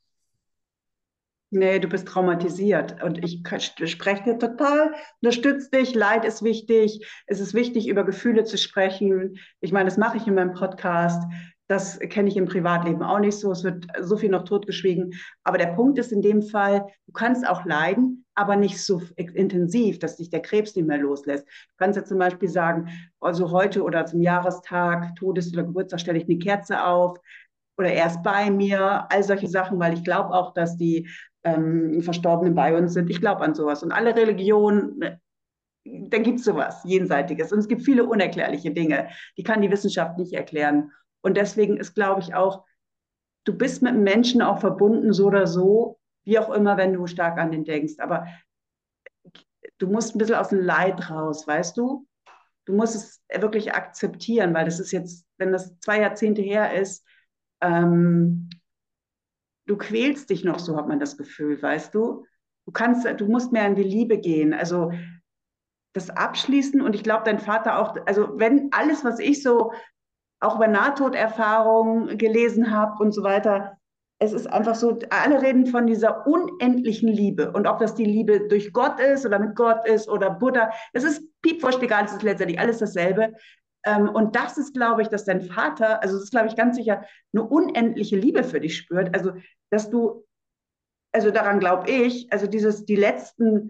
Nee, du bist traumatisiert und ich k- spreche dir total, unterstütze dich. Leid ist wichtig. Es ist wichtig, über Gefühle zu sprechen. Ich meine, das mache ich in meinem Podcast. Das kenne ich im Privatleben auch nicht so. Es wird so viel noch totgeschwiegen. Aber der Punkt ist in dem Fall, du kannst auch leiden, aber nicht so intensiv, dass dich der Krebs nicht mehr loslässt. Du kannst ja zum Beispiel sagen, also heute oder zum Jahrestag, Todes- oder Geburtstag stelle ich eine Kerze auf oder er ist bei mir, all solche Sachen, weil ich glaube auch, dass die ähm, Verstorbenen bei uns sind. Ich glaube an sowas. Und alle Religionen, da gibt es sowas Jenseitiges. Und es gibt viele unerklärliche Dinge, die kann die Wissenschaft nicht erklären. Und deswegen ist, glaube ich, auch, du bist mit Menschen auch verbunden, so oder so, wie auch immer, wenn du stark an den denkst. Aber du musst ein bisschen aus dem Leid raus, weißt du? Du musst es wirklich akzeptieren, weil das ist jetzt, wenn das zwei Jahrzehnte her ist, ähm, du quälst dich noch, so hat man das Gefühl, weißt du? Du kannst, du musst mehr in die Liebe gehen. Also das Abschließen und ich glaube, dein Vater auch, also wenn alles, was ich so auch über Nahtoderfahrungen gelesen habe und so weiter, es ist einfach so, alle reden von dieser unendlichen Liebe. Und ob das die Liebe durch Gott ist oder mit Gott ist oder Buddha, es ist piepwurscht egal, es ist letztendlich alles dasselbe. Ähm, und das ist, glaube ich, dass dein Vater, also das ist, glaube ich, ganz sicher, eine unendliche Liebe für dich spürt. Also, dass du, also daran glaube ich, also dieses, die letzten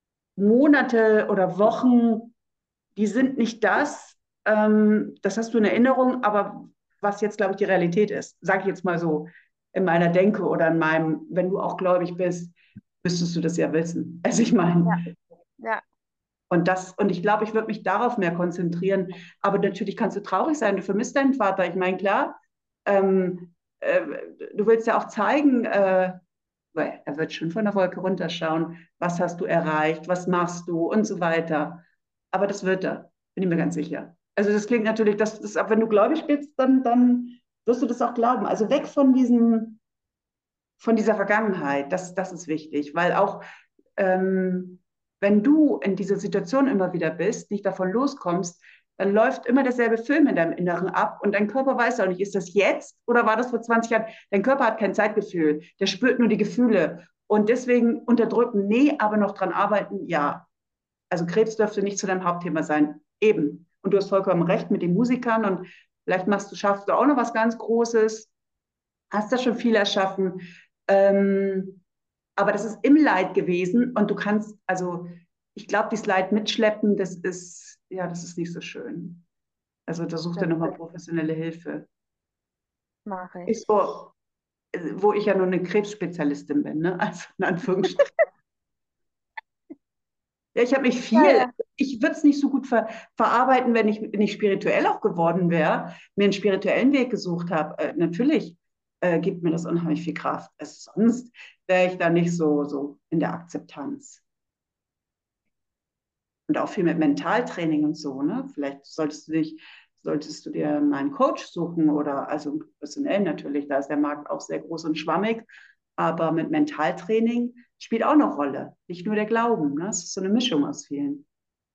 Monate oder Wochen, die sind nicht das, ähm, das hast du in Erinnerung, aber was jetzt, glaube ich, die Realität ist, sage ich jetzt mal so, in meiner Denke oder in meinem, wenn du auch gläubig bist, müsstest du das ja wissen. Also ich ja, meine, ja, und das, und ich glaube, ich würde mich darauf mehr konzentrieren. Aber natürlich kannst du traurig sein, du vermisst deinen Vater. Ich meine, klar, ähm, äh, du willst ja auch zeigen, äh, weil er wird schon von der Wolke runterschauen, was hast du erreicht, was machst du und so weiter. Aber das wird er, bin ich mir ganz sicher. Also das klingt natürlich, dass das, wenn du gläubig bist, dann, dann wirst du das auch glauben. Also weg von diesem, von dieser Vergangenheit, das, das ist wichtig, weil auch ähm, wenn du in dieser Situation immer wieder bist, nicht davon loskommst, dann läuft immer derselbe Film in deinem Inneren ab und dein Körper weiß auch nicht, ist das jetzt oder war das vor zwanzig Jahren? Dein Körper hat kein Zeitgefühl, der spürt nur die Gefühle und deswegen unterdrücken, nee, aber noch dran arbeiten, ja. Also Krebs dürfte nicht zu deinem Hauptthema sein, eben. Und du hast vollkommen recht mit den Musikern und vielleicht machst du, schaffst du auch noch was ganz Großes, hast da schon viel erschaffen. Ähm, aber das ist im Leid gewesen und du kannst, also ich glaube, dieses Leid mitschleppen, das ist, ja, das ist nicht so schön. Also da such dir das nochmal professionelle Hilfe. mache Ist ich. so, wo ich ja nur eine Krebsspezialistin bin, ne? Also in Anführungsstrichen. Ja, ich habe mich Ja, viel, ja. ich würde es nicht so gut ver verarbeiten, wenn ich nicht spirituell auch geworden wäre, mir einen spirituellen Weg gesucht habe. Äh, natürlich äh, gibt mir das unheimlich viel Kraft. Es, sonst wäre ich da nicht so, so in der Akzeptanz. Und auch viel mit Mentaltraining und so, ne? Vielleicht solltest du dich, solltest du dir mal einen Coach suchen oder also professionell natürlich, da ist der Markt auch sehr groß und schwammig, aber mit Mentaltraining spielt auch eine Rolle. Nicht nur der Glauben, ne? Es ist so eine Mischung aus vielen.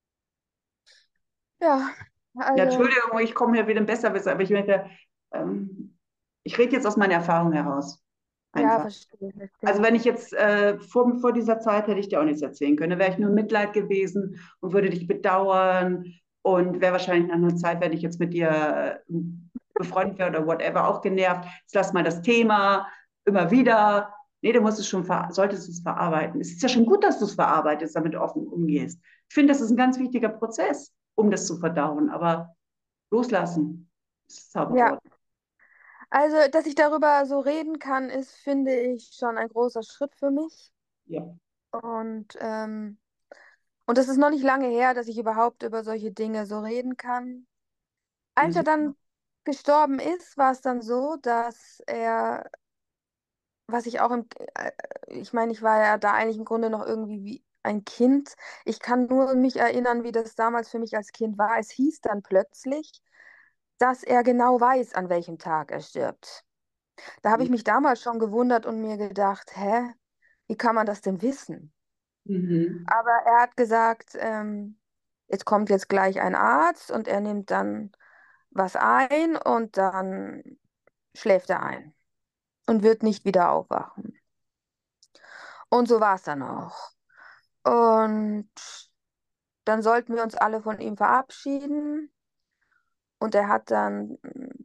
Ja, Ja, also, Entschuldigung, ich komme hier wieder ein Besserwisser, aber ich möchte, ähm, ich rede jetzt aus meiner Erfahrung heraus. ja, Einfach. verstehe, Also verstehe. wenn ich jetzt äh, vor, vor dieser Zeit hätte ich dir auch nichts erzählen können. Da wäre ich nur Mitleid gewesen und würde dich bedauern und wäre wahrscheinlich nach einer Zeit, wenn ich jetzt mit dir äh, befreundet wäre oder whatever, auch genervt. Jetzt lass mal das Thema immer wieder. Nee, du musst es schon ver solltest es verarbeiten. Es ist ja schon gut, dass du es verarbeitest, damit du offen umgehst. Ich finde, das ist ein ganz wichtiger Prozess, um das zu verdauen. Aber loslassen ist das Ja, Zauberwort. also, dass ich darüber so reden kann, ist, finde ich, schon ein großer Schritt für mich. Ja. Und, ähm, und es ist noch nicht lange her, dass ich überhaupt über solche Dinge so reden kann. Ja, Als er super. dann gestorben ist, war es dann so, dass er, was ich auch im, äh, ich meine, ich war ja da eigentlich im Grunde noch irgendwie wie ein Kind. Ich kann nur mich erinnern, wie das damals für mich als Kind war. Es hieß dann plötzlich, dass er genau weiß, an welchem Tag er stirbt. Da habe ich mich damals schon gewundert und mir gedacht, hä, wie kann man das denn wissen? Mhm. Aber er hat gesagt, ähm, es kommt jetzt gleich ein Arzt und er nimmt dann was ein und dann schläft er ein und wird nicht wieder aufwachen. Und so war es dann auch. Und dann sollten wir uns alle von ihm verabschieden. Und er hat dann,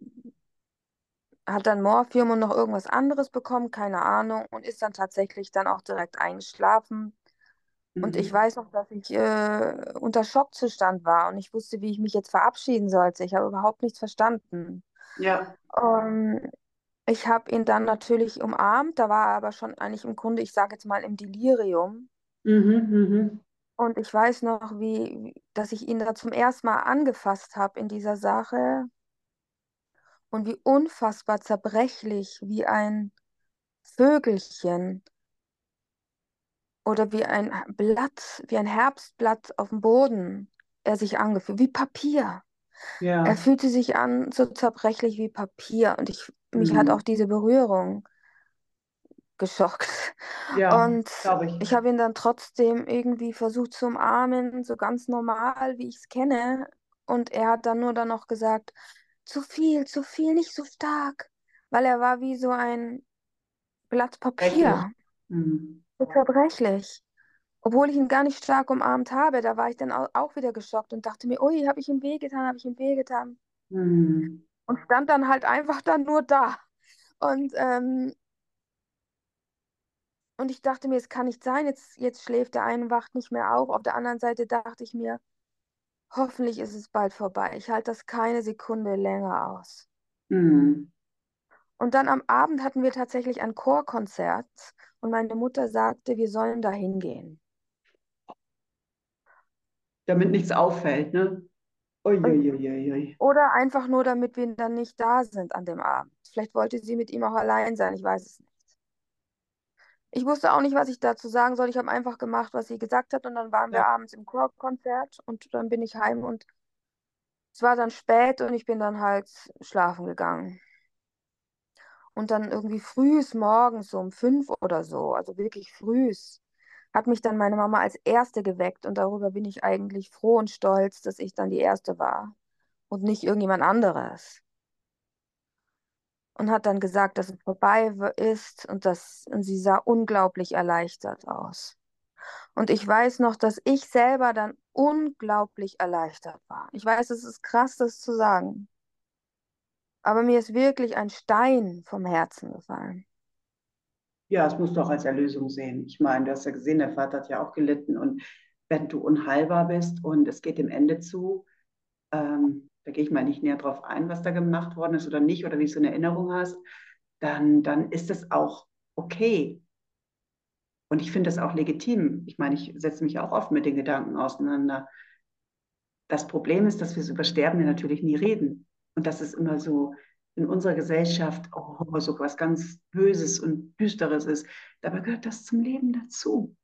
hat dann Morphium und noch irgendwas anderes bekommen, keine Ahnung, und ist dann tatsächlich dann auch direkt eingeschlafen. Und ich Mhm. weiß noch, dass ich äh, unter Schockzustand war und ich wusste, wie ich mich jetzt verabschieden sollte. Ich habe überhaupt nichts verstanden. Ja. Und ich habe ihn dann natürlich umarmt, da war er aber schon eigentlich im Grunde, ich sage jetzt mal, im Delirium. Mhm, mhm. Und ich weiß noch, wie, wie- dass ich ihn da zum ersten Mal angefasst habe in dieser Sache und wie unfassbar zerbrechlich, wie ein Vögelchen oder wie ein Blatt, wie ein Herbstblatt auf dem Boden er sich angefühlt, wie Papier. Er Ja. fühlte sich an so zerbrechlich wie Papier und ich, mich hat auch Mhm. diese Berührung geschockt. Ja, Und glaube ich. ich habe ihn dann trotzdem irgendwie versucht zu umarmen, so ganz normal, wie ich es kenne. Und er hat dann nur dann noch gesagt, zu viel, zu viel, nicht so stark, weil er war wie so ein Blatt Rechtlich. Papier, Mhm. so zerbrechlich. Obwohl ich ihn gar nicht stark umarmt habe, da war ich dann au- auch wieder geschockt und dachte mir, ui, habe ich ihm wehgetan, habe ich ihm wehgetan. Mhm. Und stand dann halt einfach dann nur da. Und, ähm, und ich dachte mir, es kann nicht sein, jetzt, jetzt schläft der eine, wacht nicht mehr auf. Auf der anderen Seite dachte ich mir, hoffentlich ist es bald vorbei. Ich halte das keine Sekunde länger aus. Mhm. Und dann am Abend hatten wir tatsächlich ein Chorkonzert und meine Mutter sagte, wir sollen da hingehen. Damit nichts auffällt, ne? Und, Uiuiuiui. oder einfach nur, damit wir dann nicht da sind an dem Abend. Vielleicht wollte sie mit ihm auch allein sein, ich weiß es nicht. Ich wusste auch nicht, was ich dazu sagen soll. Ich habe einfach gemacht, was sie gesagt hat und dann waren wir Ja. abends im Chorkonzert und dann bin ich heim und es war dann spät und ich bin dann halt schlafen gegangen. Und dann irgendwie frühs morgens, so um fünf oder so, also wirklich frühs, hat mich dann meine Mama als Erste geweckt und darüber bin ich eigentlich froh und stolz, dass ich dann die Erste war und nicht irgendjemand anderes. Und hat dann gesagt, dass es vorbei w- ist und, das, und sie sah unglaublich erleichtert aus. Und ich weiß noch, dass ich selber dann unglaublich erleichtert war. Ich weiß, es ist krass, das zu sagen, aber mir ist wirklich ein Stein vom Herzen gefallen. Ja, es musst du auch als Erlösung sehen. Ich meine, du hast ja gesehen, der Vater hat ja auch gelitten und wenn du unheilbar bist und es geht dem Ende zu, ähm, da gehe ich mal nicht näher drauf ein, was da gemacht worden ist oder nicht oder wie du es in Erinnerung hast, dann, dann ist es auch okay. Und ich finde das auch legitim. Ich meine, ich setze mich auch oft mit den Gedanken auseinander. Das Problem ist, dass wir so über Sterben ja natürlich nie reden. Und dass es immer so in unserer Gesellschaft oh, so was ganz Böses und Düsteres ist. Dabei gehört das zum Leben dazu.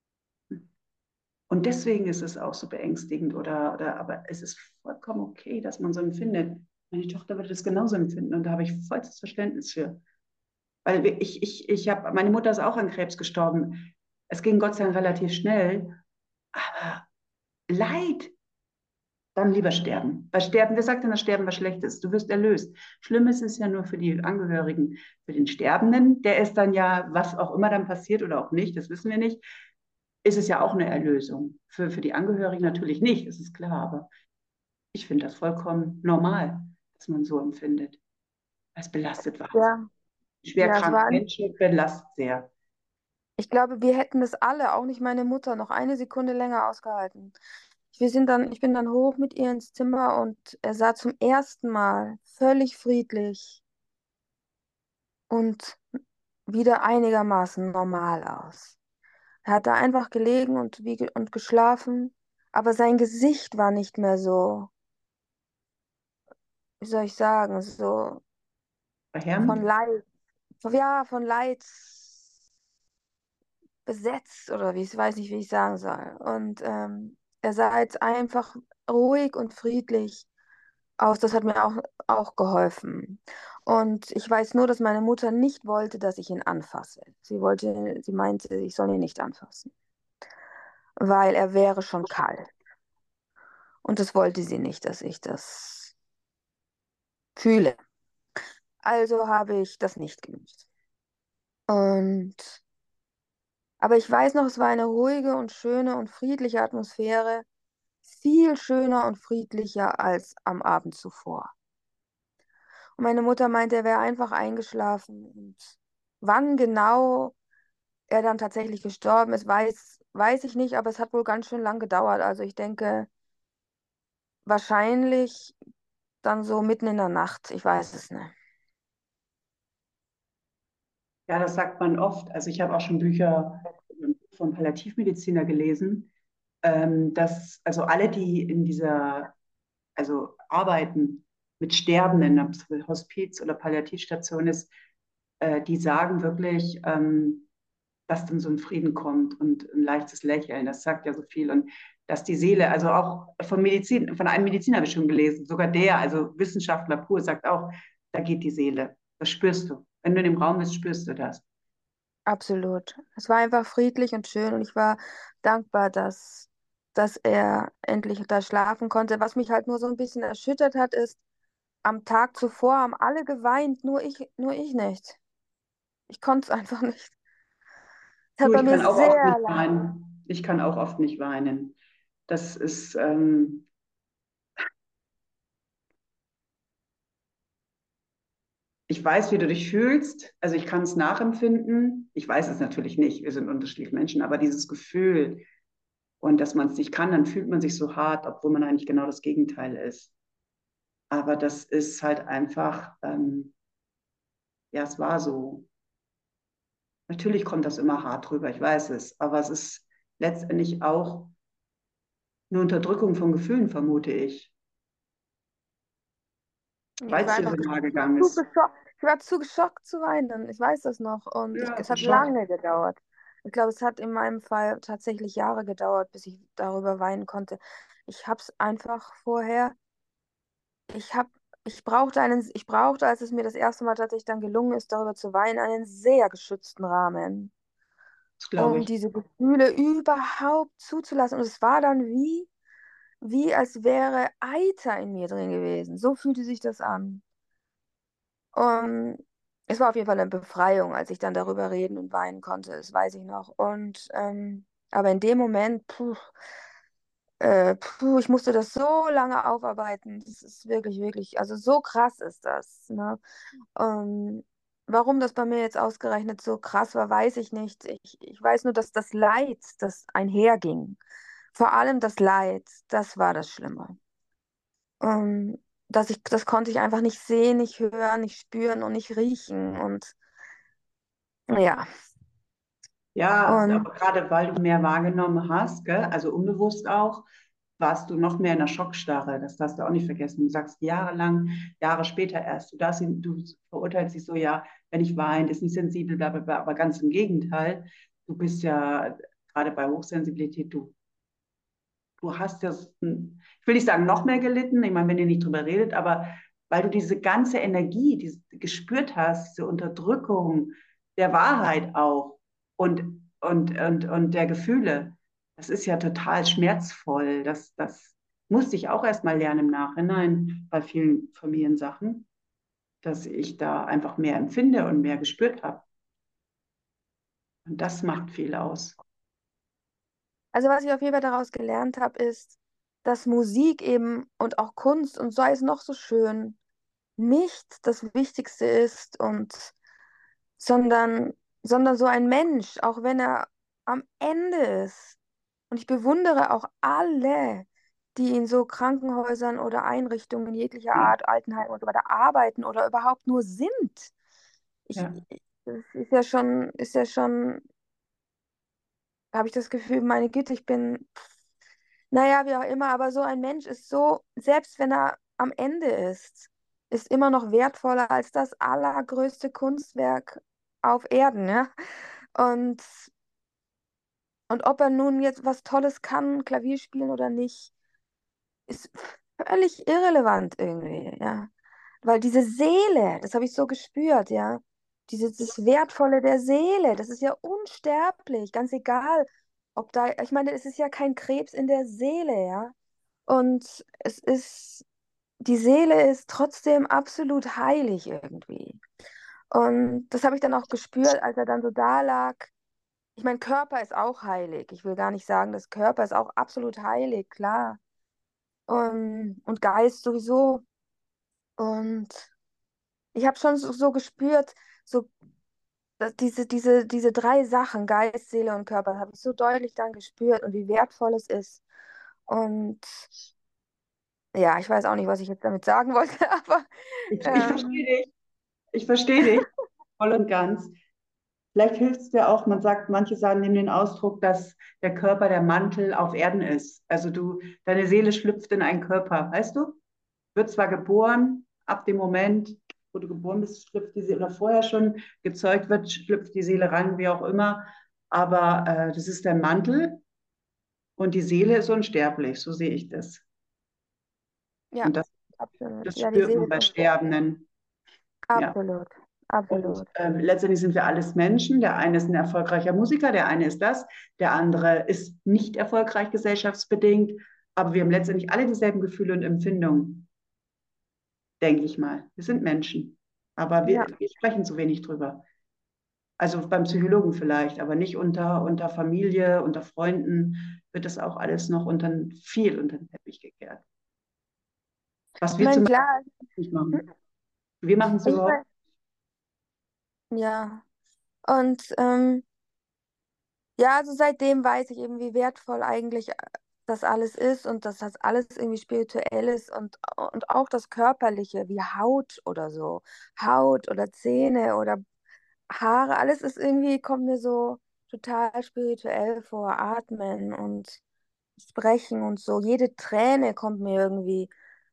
Und deswegen ist es auch so beängstigend oder, oder aber es ist vollkommen okay, dass man so empfindet. Meine Tochter würde das genauso empfinden und da habe ich vollstes Verständnis für. Weil ich, ich, ich habe, meine Mutter ist auch an Krebs gestorben. Es ging Gott sei Dank relativ schnell, aber Leid, dann lieber sterben. Weil Sterben, wer sagt denn, dass Sterben was Schlechtes ist? Du wirst erlöst. Schlimm ist es ja nur für die Angehörigen, für den Sterbenden. Der ist dann ja, was auch immer dann passiert oder auch nicht, das wissen wir nicht, ist es ja auch eine Erlösung. Für, für die Angehörigen natürlich nicht, das ist klar, aber ich finde das vollkommen normal, dass man so empfindet. Es belastet wahnsinnig. Ja, ja, es Schwerkranke war, Menschen belastet sehr. ich glaube, wir hätten das alle, auch nicht meine Mutter, noch eine Sekunde länger ausgehalten. Wir sind dann, ich bin dann hoch mit ihr ins Zimmer und er sah zum ersten Mal völlig friedlich und wieder einigermaßen normal aus. Er hat da einfach gelegen und, wie, ge- und geschlafen, aber sein Gesicht war nicht mehr so, wie soll ich sagen, so Verheerend? von Leid, ja, von Leid besetzt oder wie ich weiß nicht, wie ich sagen soll. Und ähm, er sah jetzt einfach ruhig und friedlich aus. Das hat mir auch, auch geholfen. Und ich weiß nur, dass meine Mutter nicht wollte, dass ich ihn anfasse. Sie wollte, sie meinte, ich soll ihn nicht anfassen, weil er wäre schon kalt. Und das wollte sie nicht, dass ich das. fühle. Also habe ich das nicht gemacht. Und, aber ich weiß noch, es war eine ruhige und schöne und friedliche Atmosphäre, viel schöner und friedlicher als am Abend zuvor. Und meine Mutter meinte, er wäre einfach eingeschlafen. Und wann genau er dann tatsächlich gestorben ist, weiß, weiß ich nicht, aber es hat wohl ganz schön lang gedauert. Also ich denke, wahrscheinlich dann so mitten in der Nacht. Ich weiß es nicht. Ja, das sagt man oft. Also ich habe auch schon Bücher von Palliativmediziner gelesen, ähm, dass also alle, die in dieser, also arbeiten mit Sterbenden, ob es Hospiz oder Palliativstation ist, äh, die sagen wirklich, ähm, dass dann so ein Frieden kommt und ein leichtes Lächeln. Das sagt ja so viel. Und dass die Seele, also auch von Medizin, von einem Mediziner habe ich schon gelesen, sogar der, also Wissenschaftler pur, sagt auch, da geht die Seele. Das spürst du. Wenn du in dem Raum bist, spürst du das. Absolut. Es war einfach friedlich und schön und ich war dankbar, dass, dass er endlich da schlafen konnte. Was mich halt nur so ein bisschen erschüttert hat, ist, am Tag zuvor haben alle geweint, nur ich, nur ich nicht. Ich konnte es einfach nicht. Es hat Du, bei ich mir kann auch oft sehr nicht lange. weinen. Ich kann auch oft nicht weinen. Das ist, ähm, ich weiß, wie du dich fühlst. Also ich kann es nachempfinden. Ich weiß es natürlich nicht. Wir sind unterschiedliche Menschen, aber dieses Gefühl und dass man es nicht kann, dann fühlt man sich so hart, obwohl man eigentlich genau das Gegenteil ist. Aber das ist halt einfach, ähm, ja, es war so. Natürlich kommt das immer hart rüber, ich weiß es, aber es ist letztendlich auch eine Unterdrückung von Gefühlen, vermute ich, Ich weil war es dir einfach so nahe ich war gegangen zu ist. geschockt. Ich war zu geschockt zu weinen. Ich weiß das noch. Und ich, Ja, es hat geschockt. lange gedauert. Ich glaube, es hat in meinem Fall tatsächlich Jahre gedauert, bis ich darüber weinen konnte. Ich habe es einfach vorher, ich habe, ich brauchte einen, ich brauchte, als es mir das erste Mal tatsächlich dann gelungen ist, darüber zu weinen, einen sehr geschützten Rahmen, Das glaube um ich. diese Gefühle überhaupt zuzulassen. Und es war dann wie, wie als wäre Eiter in mir drin gewesen. So fühlte sich das an. Und es war auf jeden Fall eine Befreiung, als ich dann darüber reden und weinen konnte, das weiß ich noch. Und ähm, aber in dem Moment, puh, äh, puh, ich musste das so lange aufarbeiten. Das ist wirklich, wirklich, also so krass ist das, ne? Ähm, warum das bei mir jetzt ausgerechnet so krass war, weiß ich nicht. Ich, ich weiß nur, dass das Leid, das einherging, vor allem das Leid, das war das Schlimme. Ähm, dass ich, das konnte ich einfach nicht sehen, nicht hören, nicht spüren und nicht riechen. Und ja, Ja, und aber gerade weil du mehr wahrgenommen hast, gell, also unbewusst auch, warst du noch mehr in der Schockstarre. Das darfst du auch nicht vergessen. Du sagst jahrelang, Jahre später erst, du, darfst ihn, du verurteilst dich so, ja, wenn ich weine, ist nicht sensibel, bla, bla, bla, aber ganz im Gegenteil. Du bist ja gerade bei Hochsensibilität, du, du hast ja, ich will nicht sagen, noch mehr gelitten, ich meine, wenn ihr nicht drüber redet, aber weil du diese ganze Energie, die gespürt hast, diese Unterdrückung der Wahrheit auch und, und, und, und der Gefühle, das ist ja total schmerzvoll. Das, das musste ich auch erst mal lernen im Nachhinein bei vielen Familiensachen, dass ich da einfach mehr empfinde und mehr gespürt habe. Und das macht viel aus. also was ich auf jeden Fall daraus gelernt habe, ist, dass Musik eben und auch Kunst und sei es noch so schön, nicht das Wichtigste ist und sondern, sondern so ein Mensch, auch wenn er am Ende ist. Und ich bewundere auch alle, die in so Krankenhäusern oder Einrichtungen jeglicher Ja, Art, Altenheim und so weiter arbeiten oder überhaupt nur sind. Ich, ja. das ist ja schon, ist ja schon, habe ich das Gefühl, meine Güte, ich bin, naja, wie auch immer, aber so ein Mensch ist so, selbst wenn er am Ende ist, ist immer noch wertvoller als das allergrößte Kunstwerk auf Erden, ja. Und, und ob er nun jetzt was Tolles kann, Klavier spielen oder nicht, ist völlig irrelevant irgendwie, ja. Weil diese Seele, das habe ich so gespürt, ja. Dieses das Wertvolle der Seele, das ist ja unsterblich, ganz egal, ob da, ich meine, es ist ja kein Krebs in der Seele, ja. Und es ist die Seele ist trotzdem absolut heilig irgendwie. Und das habe ich dann auch gespürt, als er dann so da lag. Ich meine, Körper ist auch heilig. Ich will gar nicht sagen, das Körper ist auch absolut heilig, klar. Und, und Geist sowieso. Und ich habe schon so, so gespürt, so dass diese, diese, diese drei Sachen, Geist, Seele und Körper, habe ich so deutlich dann gespürt und wie wertvoll es ist. Und ja, ich weiß auch nicht, was ich jetzt damit sagen wollte, aber Ich, ich verstehe ähm, dich. Ich verstehe dich voll und ganz. Vielleicht hilft es dir auch, man sagt, manche sagen, nehmen den Ausdruck, dass der Körper der Mantel auf Erden ist. Also du, deine Seele schlüpft in einen Körper, weißt du? Wird zwar geboren, ab dem Moment, wo du geboren bist, schlüpft die Seele, oder vorher schon gezeugt wird, schlüpft die Seele rein, wie auch immer. Aber äh, das ist der Mantel und die Seele ist unsterblich, so sehe ich das. ja, Und das, absolut. das Ja, die spürt Seele man ist bei unsterblich. Sterbenden. Ja. Absolut, Und absolut. ähm, letztendlich sind wir alles Menschen. Der eine ist ein erfolgreicher Musiker, der eine ist das, der andere ist nicht erfolgreich gesellschaftsbedingt. Aber wir haben letztendlich alle dieselben Gefühle und Empfindungen, denke ich mal. Wir sind Menschen. Aber Ja, wir, wir sprechen zu wenig drüber. Also beim Psychologen vielleicht, aber nicht unter, unter Familie, unter Freunden wird das auch alles noch unter, viel unter den Teppich gekehrt. Was ich wir meine, zum Beispiel klar, nicht hm, machen. Wir machen es ich überhaupt. mein, ja. Und ähm, ja, also seitdem weiß ich eben, wie wertvoll eigentlich äh, das alles ist und dass das alles irgendwie spirituell ist und, und auch das Körperliche, wie Haut oder so. Haut oder Zähne oder Haare, alles ist irgendwie, kommt mir so total spirituell vor. Atmen und Sprechen und so. Jede Träne kommt mir irgendwie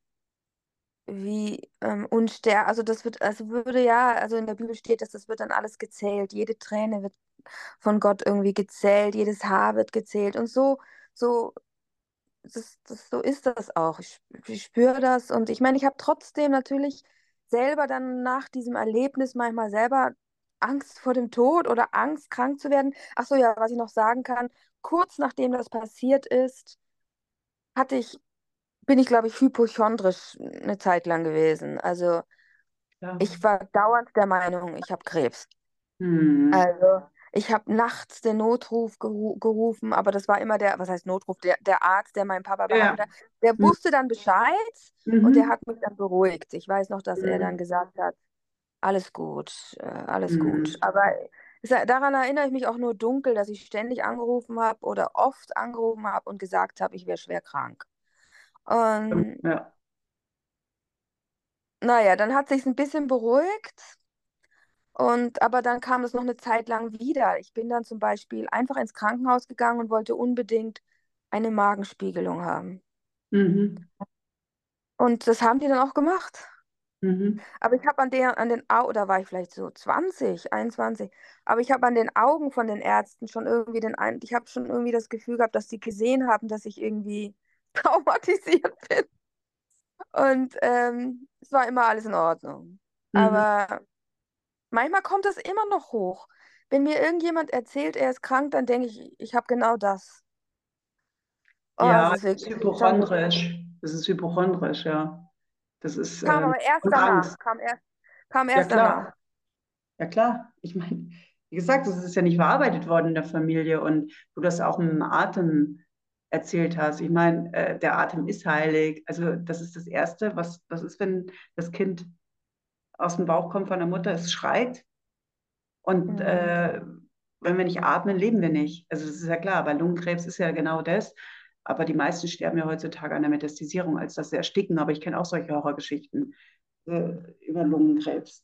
wie ähm, unster, also das wird, also würde ja, also in der Bibel steht, dass das wird dann alles gezählt. Jede Träne wird von Gott irgendwie gezählt, jedes Haar wird gezählt und so, so, das, das, so ist das auch. Ich, ich spüre das und ich meine, ich habe trotzdem natürlich selber dann nach diesem Erlebnis manchmal selber Angst vor dem Tod oder Angst, krank zu werden. Ach so, ja, was ich noch sagen kann, kurz nachdem das passiert ist, hatte ich, bin ich, glaube ich, hypochondrisch eine Zeit lang gewesen. Also Ja. ich war dauernd der Meinung, ich habe Krebs. Hm. Also, ich habe nachts den Notruf geru gerufen, aber das war immer der, was heißt Notruf, der, der Arzt, der meinen Papa Ja. behandelt hat, der Hm. wusste dann Bescheid und der Mhm. hat mich dann beruhigt. Ich weiß noch, dass er dann Mhm. gesagt hat, alles gut, äh, alles gut. Mhm. Aber es, daran erinnere ich mich auch nur dunkel, dass ich ständig angerufen habe oder oft angerufen habe und gesagt habe, ich wäre schwer krank. Und Ja. naja, dann hat sich ein bisschen beruhigt. Und aber dann kam es noch eine Zeit lang wieder. Ich bin dann zum Beispiel einfach ins Krankenhaus gegangen und wollte unbedingt eine Magenspiegelung haben. Mhm. Und das haben die dann auch gemacht. Mhm. Aber ich habe an der, an den Augen, da war ich vielleicht so zwanzig, einundzwanzig, aber ich habe an den Augen von den Ärzten schon irgendwie den ein, ich habe schon irgendwie das Gefühl gehabt, dass die gesehen haben, dass ich irgendwie traumatisiert bin. Und ähm, es war immer alles in Ordnung. Mhm. Aber manchmal kommt das immer noch hoch. Wenn mir irgendjemand erzählt, er ist krank, dann denke ich, ich habe genau das. Oh, es Ja, ist das wirklich ist schon. hypochondrisch. Das ist hypochondrisch, ja. Das ist Kam ähm, aber erst und danach. Angst. Kam erst, kam Ja, erst danach. klar. Ja, klar. Ich meine, wie gesagt, das ist ja nicht verarbeitet worden in der Familie und du das auch mit dem Atem erzählt hast. Ich meine, äh, der Atem ist heilig. Also das ist das Erste, was, was ist, wenn das Kind aus dem Bauch kommt von der Mutter, es schreit und Mhm. äh, wenn wir nicht atmen, leben wir nicht. Also das ist ja klar, weil Lungenkrebs ist ja genau das. Aber die meisten sterben ja heutzutage an der Metastasierung, als dass sie ersticken. Aber ich kenne auch solche Horrorgeschichten äh, über Lungenkrebs.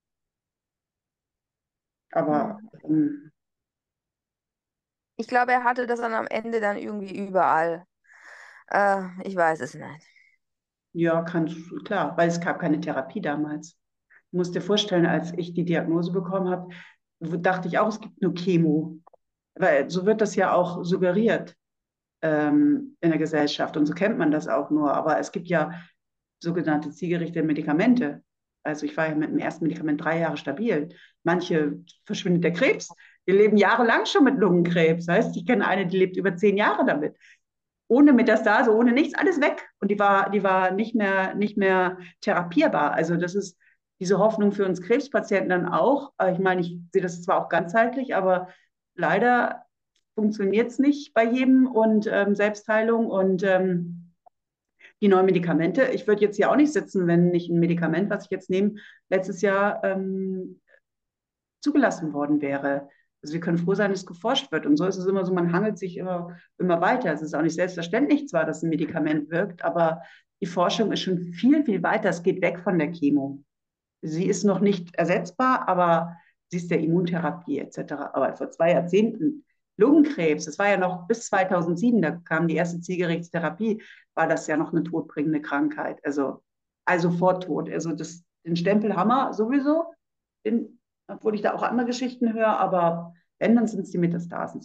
Aber Mhm. ähm, Ich glaube, er hatte das dann am Ende dann irgendwie überall. Äh, ich weiß es nicht. ja, kann, klar, weil es gab keine Therapie damals. Du musst dir vorstellen, als ich die Diagnose bekommen habe, dachte ich auch, es gibt nur Chemo. Weil so wird das ja auch suggeriert ähm, in der Gesellschaft und so kennt man das auch nur. Aber es gibt ja sogenannte zielgerichtete Medikamente. Also ich war ja mit dem ersten Medikament drei Jahre stabil. Manche verschwindet der Krebs. Die leben jahrelang schon mit Lungenkrebs. Heißt, ich kenne eine, die lebt über zehn Jahre damit, ohne Metastase, ohne nichts, alles weg. Und die war, die war nicht mehr, nicht mehr therapierbar. Also das ist diese Hoffnung für uns Krebspatienten dann auch. Äh, Ich meine, ich sehe das zwar auch ganzheitlich, aber leider funktioniert es nicht bei jedem und ähm, Selbstheilung und ähm, die neuen Medikamente. Ich würde jetzt hier auch nicht sitzen, wenn nicht ein Medikament, was ich jetzt nehme, letztes Jahr ähm, zugelassen worden wäre. Also wir können froh sein, dass geforscht wird. Und so ist es immer so, man hangelt sich immer, immer weiter. Es ist auch nicht selbstverständlich zwar, dass ein Medikament wirkt, aber die Forschung ist schon viel, viel weiter. Es geht weg von der Chemo. Sie ist noch nicht ersetzbar, aber sie ist der Immuntherapie et cetera. Aber vor zwei Jahrzehnten Lungenkrebs, das war ja noch bis zweitausendsieben, da kam die erste Zielgerichtstherapie, war das ja noch eine todbringende Krankheit. Also, also vor Tod. Also das, den Stempel Hammer sowieso, den, obwohl ich da auch andere Geschichten höre, aber wenn, dann sind es die Metastasen.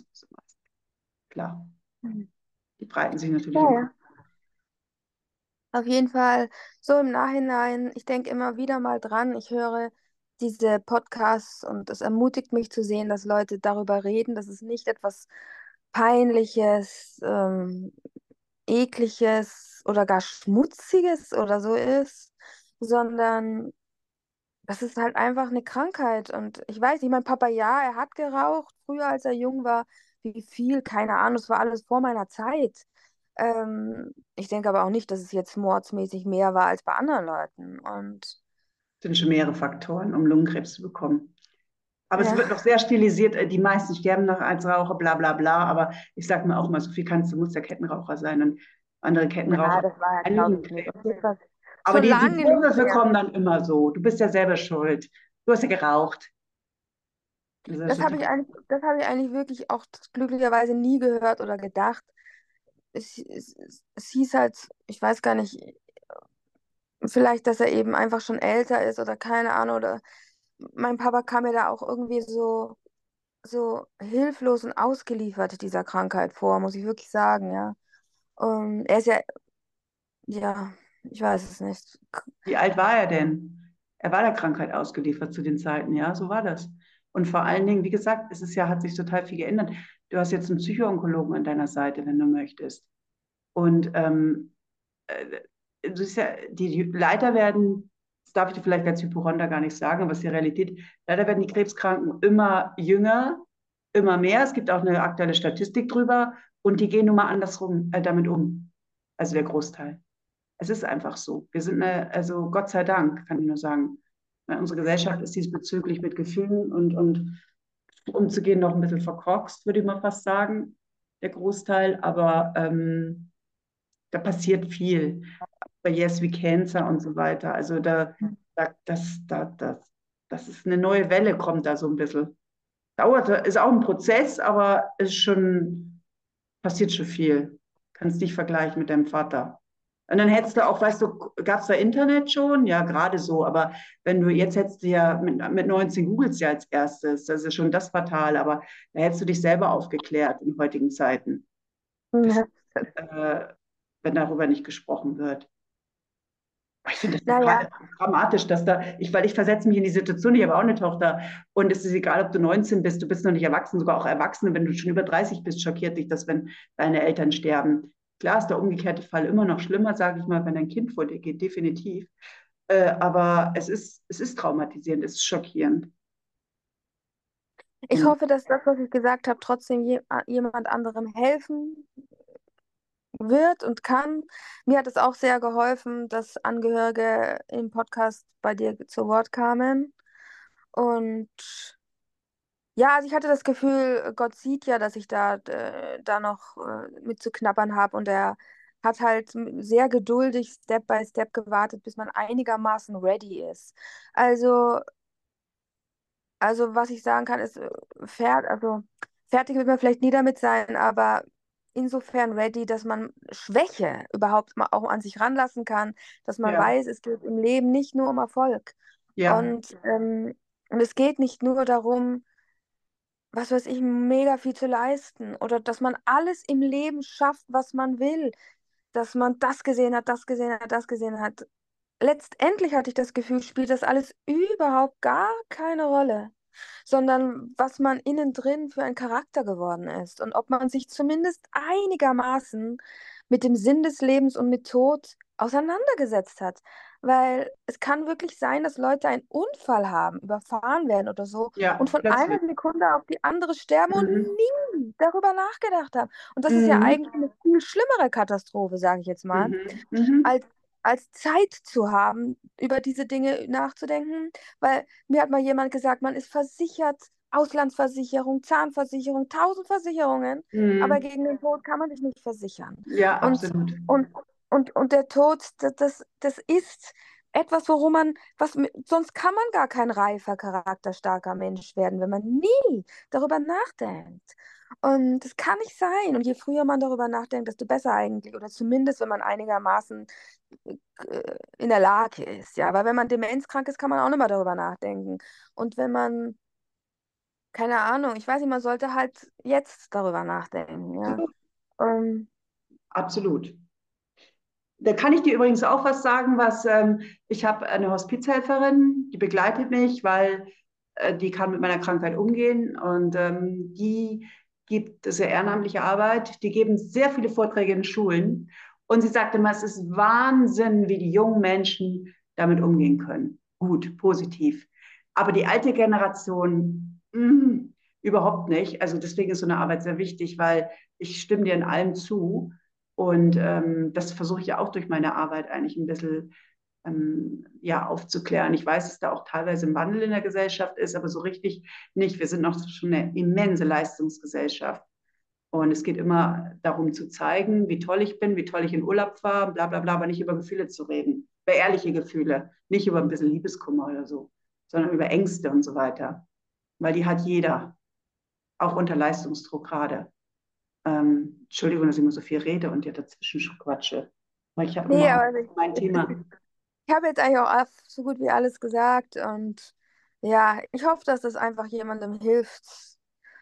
Klar, Mhm. die breiten sich natürlich Ja, um. ja. Auf jeden Fall so im Nachhinein, ich denke immer wieder mal dran, ich höre diese Podcasts und es ermutigt mich zu sehen, dass Leute darüber reden, dass es nicht etwas Peinliches, ähm, Ekliges oder gar Schmutziges oder so ist, sondern das ist halt einfach eine Krankheit. Und ich weiß nicht, mein Papa, ja, er hat geraucht, früher als er jung war. Wie viel? Keine Ahnung, das war alles vor meiner Zeit. Ähm, ich denke aber auch nicht, dass es jetzt mordsmäßig mehr war als bei anderen Leuten. Und Das sind schon mehrere Faktoren, um Lungenkrebs zu bekommen. Aber es ja, wird noch sehr stilisiert. äh, Die meisten sterben noch als Raucher, bla bla bla. Aber ich sage mir auch mal, so viel kannst du, muss der Kettenraucher sein. Und andere Kettenraucher ja, das war ja, haben glaube ich, nicht. Lungenkrebs. Und das war Aber schon die, die lange nicht Vorwürfe mehr. kommen dann immer so. Du bist ja selber schuld. Du hast ja geraucht. Das ist Das ja habe ich total. eigentlich, das habe ich eigentlich wirklich auch glücklicherweise nie gehört oder gedacht. Es, es, es, es hieß halt, ich weiß gar nicht, vielleicht, dass er eben einfach schon älter ist oder keine Ahnung. Oder mein Papa kam mir da auch irgendwie so, so hilflos und ausgeliefert dieser Krankheit vor, muss ich wirklich sagen, ja. Und er ist ja, ja, ich weiß es nicht. Wie alt war er denn? Er war der Krankheit ausgeliefert zu den Zeiten, ja, so war das. Und vor allen Dingen, wie gesagt, es ist ja, hat sich total viel geändert. Du hast jetzt einen Psychoonkologen an deiner Seite, wenn du möchtest. Und ähm, äh, das ist ja, die Leiter werden, das darf ich dir vielleicht als Hypochonder gar nicht sagen, aber es ist die Realität, leider werden die Krebskranken immer jünger, immer mehr. Es gibt auch eine aktuelle Statistik drüber und die gehen nun mal andersrum äh, damit um. Also der Großteil. Es ist einfach so. Wir sind eine, also Gott sei Dank, kann ich nur sagen. Weil unsere Gesellschaft ist diesbezüglich mit Gefühlen und, und umzugehen noch ein bisschen verkorkst, würde ich mal fast sagen, der Großteil. Aber ähm, da passiert viel bei Yes We Cancer und so weiter. Also da, da das, da, das, das ist eine neue Welle, kommt da so ein bisschen. Dauert, ist auch ein Prozess, aber ist schon, passiert schon viel. Kannst nicht vergleichen mit deinem Vater. Und dann hättest du auch, weißt du, gab es da Internet schon? Ja, gerade so. Aber wenn du, jetzt hättest du ja mit, mit neunzehn googelst ja als erstes. Das ist schon das Fatale. Aber da hättest du dich selber aufgeklärt in heutigen Zeiten. Das, Ja. äh, wenn darüber nicht gesprochen wird. Ich finde das Naja, total dramatisch, dass da, ich, weil ich versetze mich in die Situation, ich habe auch eine Tochter und es ist egal, ob du neunzehn bist, du bist noch nicht erwachsen, sogar auch Erwachsene, wenn du schon über dreißig bist, schockiert dich das, wenn deine Eltern sterben. Klar ist der umgekehrte Fall immer noch schlimmer, sage ich mal, wenn ein Kind vor dir geht, definitiv. Äh, aber es ist, es ist traumatisierend, es ist schockierend. ich Und hoffe, dass das, was ich gesagt habe, trotzdem je, jemand anderem helfen wird und kann. Mir hat es auch sehr geholfen, dass Angehörige im Podcast bei dir zu Wort kamen. Und ja, also ich hatte das Gefühl, Gott sieht ja, dass ich da, äh, da noch äh, mit zu knabbern habe. Und er hat halt sehr geduldig Step by Step gewartet, bis man einigermaßen ready ist. Also Also, was ich sagen kann, ist, äh, fer also, fertig wird man vielleicht nie damit sein, aber insofern ready, dass man Schwäche überhaupt mal auch an sich ranlassen kann, dass man ja, weiß, es geht im Leben nicht nur um Erfolg. ja, Und, ähm, und es geht nicht nur darum, was weiß ich, mega viel zu leisten oder dass man alles im Leben schafft, was man will, dass man das gesehen hat, das gesehen hat, das gesehen hat. Letztendlich hatte ich das Gefühl, spielt das alles überhaupt gar keine Rolle, sondern was man innen drin für ein Charakter geworden ist und ob man sich zumindest einigermaßen mit dem Sinn des Lebens und mit Tod auseinandergesetzt hat. Weil es kann wirklich sein, dass Leute einen Unfall haben, überfahren werden oder so und Ja, von einer plötzlich. Sekunde auf die andere sterben und Mhm. nie darüber nachgedacht haben. Und das ist ja Mhm. eigentlich eine viel schlimmere Katastrophe, sage ich jetzt mal, Mhm. Mhm. als, als Zeit zu haben, über diese Dinge nachzudenken. Weil mir hat mal jemand gesagt, man ist versichert, Auslandsversicherung, Zahnversicherung, tausend Versicherungen, aber Mhm. gegen den Tod kann man sich nicht versichern. Ja, Und, absolut. und, und, und der Tod, das, das, das ist etwas, worum man, was, mi- sonst kann man gar kein reifer, charakterstarker Mensch werden, wenn man nie darüber nachdenkt. Und das kann nicht sein. Und je früher man darüber nachdenkt, desto besser eigentlich. Oder zumindest, wenn man einigermaßen äh, in der Lage ist. Ja, aber wenn man demenzkrank ist, kann man auch nicht mehr darüber nachdenken. Und wenn man, keine Ahnung, ich weiß nicht, man sollte halt jetzt darüber nachdenken. Ja. Absolut. Ähm, Absolut. Da kann ich dir übrigens auch was sagen, was ähm, ich habe eine Hospizhelferin, die begleitet mich, weil äh, die kann mit meiner Krankheit umgehen und ähm, die gibt sehr ehrenamtliche Arbeit. Die geben sehr viele Vorträge in Schulen und sie sagte immer, es ist Wahnsinn, wie die jungen Menschen damit umgehen können. Gut, positiv. Aber die alte Generation mh, überhaupt nicht. Also deswegen ist so eine Arbeit sehr wichtig, weil ich stimme dir in allem zu. Und ähm, das versuche ich ja auch durch meine Arbeit eigentlich ein bisschen ähm, ja, aufzuklären. Ich weiß, dass da auch teilweise ein Wandel in der Gesellschaft ist, aber so richtig nicht. Wir sind noch schon eine immense Leistungsgesellschaft. Und es geht immer darum zu zeigen, wie toll ich bin, wie toll ich in Urlaub war, bla bla bla, aber nicht über Gefühle zu reden. Über ehrliche Gefühle, nicht über ein bisschen Liebeskummer oder so, sondern über Ängste und so weiter. Weil die hat jeder, auch unter Leistungsdruck gerade. Ähm, Entschuldigung, dass ich immer so viel rede und dir dazwischen quatsche. Weil ich habe nee, immer aber ich, mein Thema. ich habe jetzt eigentlich auch all- so gut wie alles gesagt. Und ja, ich hoffe, dass das einfach jemandem hilft.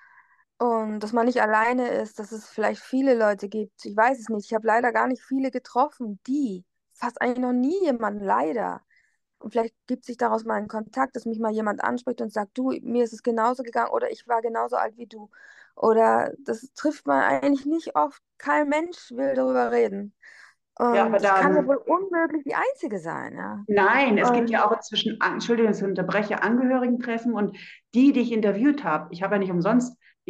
Und dass man nicht alleine ist, dass es vielleicht viele Leute gibt. Ich weiß es nicht. Ich habe leider gar nicht viele getroffen, die. Fast eigentlich noch nie jemanden, leider. Und vielleicht gibt sich daraus mal ein Kontakt, dass mich mal jemand anspricht und sagt, du, mir ist es genauso gegangen oder ich war genauso alt wie du. Oder das trifft man eigentlich nicht oft. Kein Mensch will darüber reden. Ja, aber Und ich kann ja da, wohl unmöglich die Einzige sein, ja. nein, es gibt ja Und auch inzwischen, Entschuldigung, dass ich unterbreche, Angehörigentreffen und die, die ich interviewt habe, ich habe ja nicht umsonst die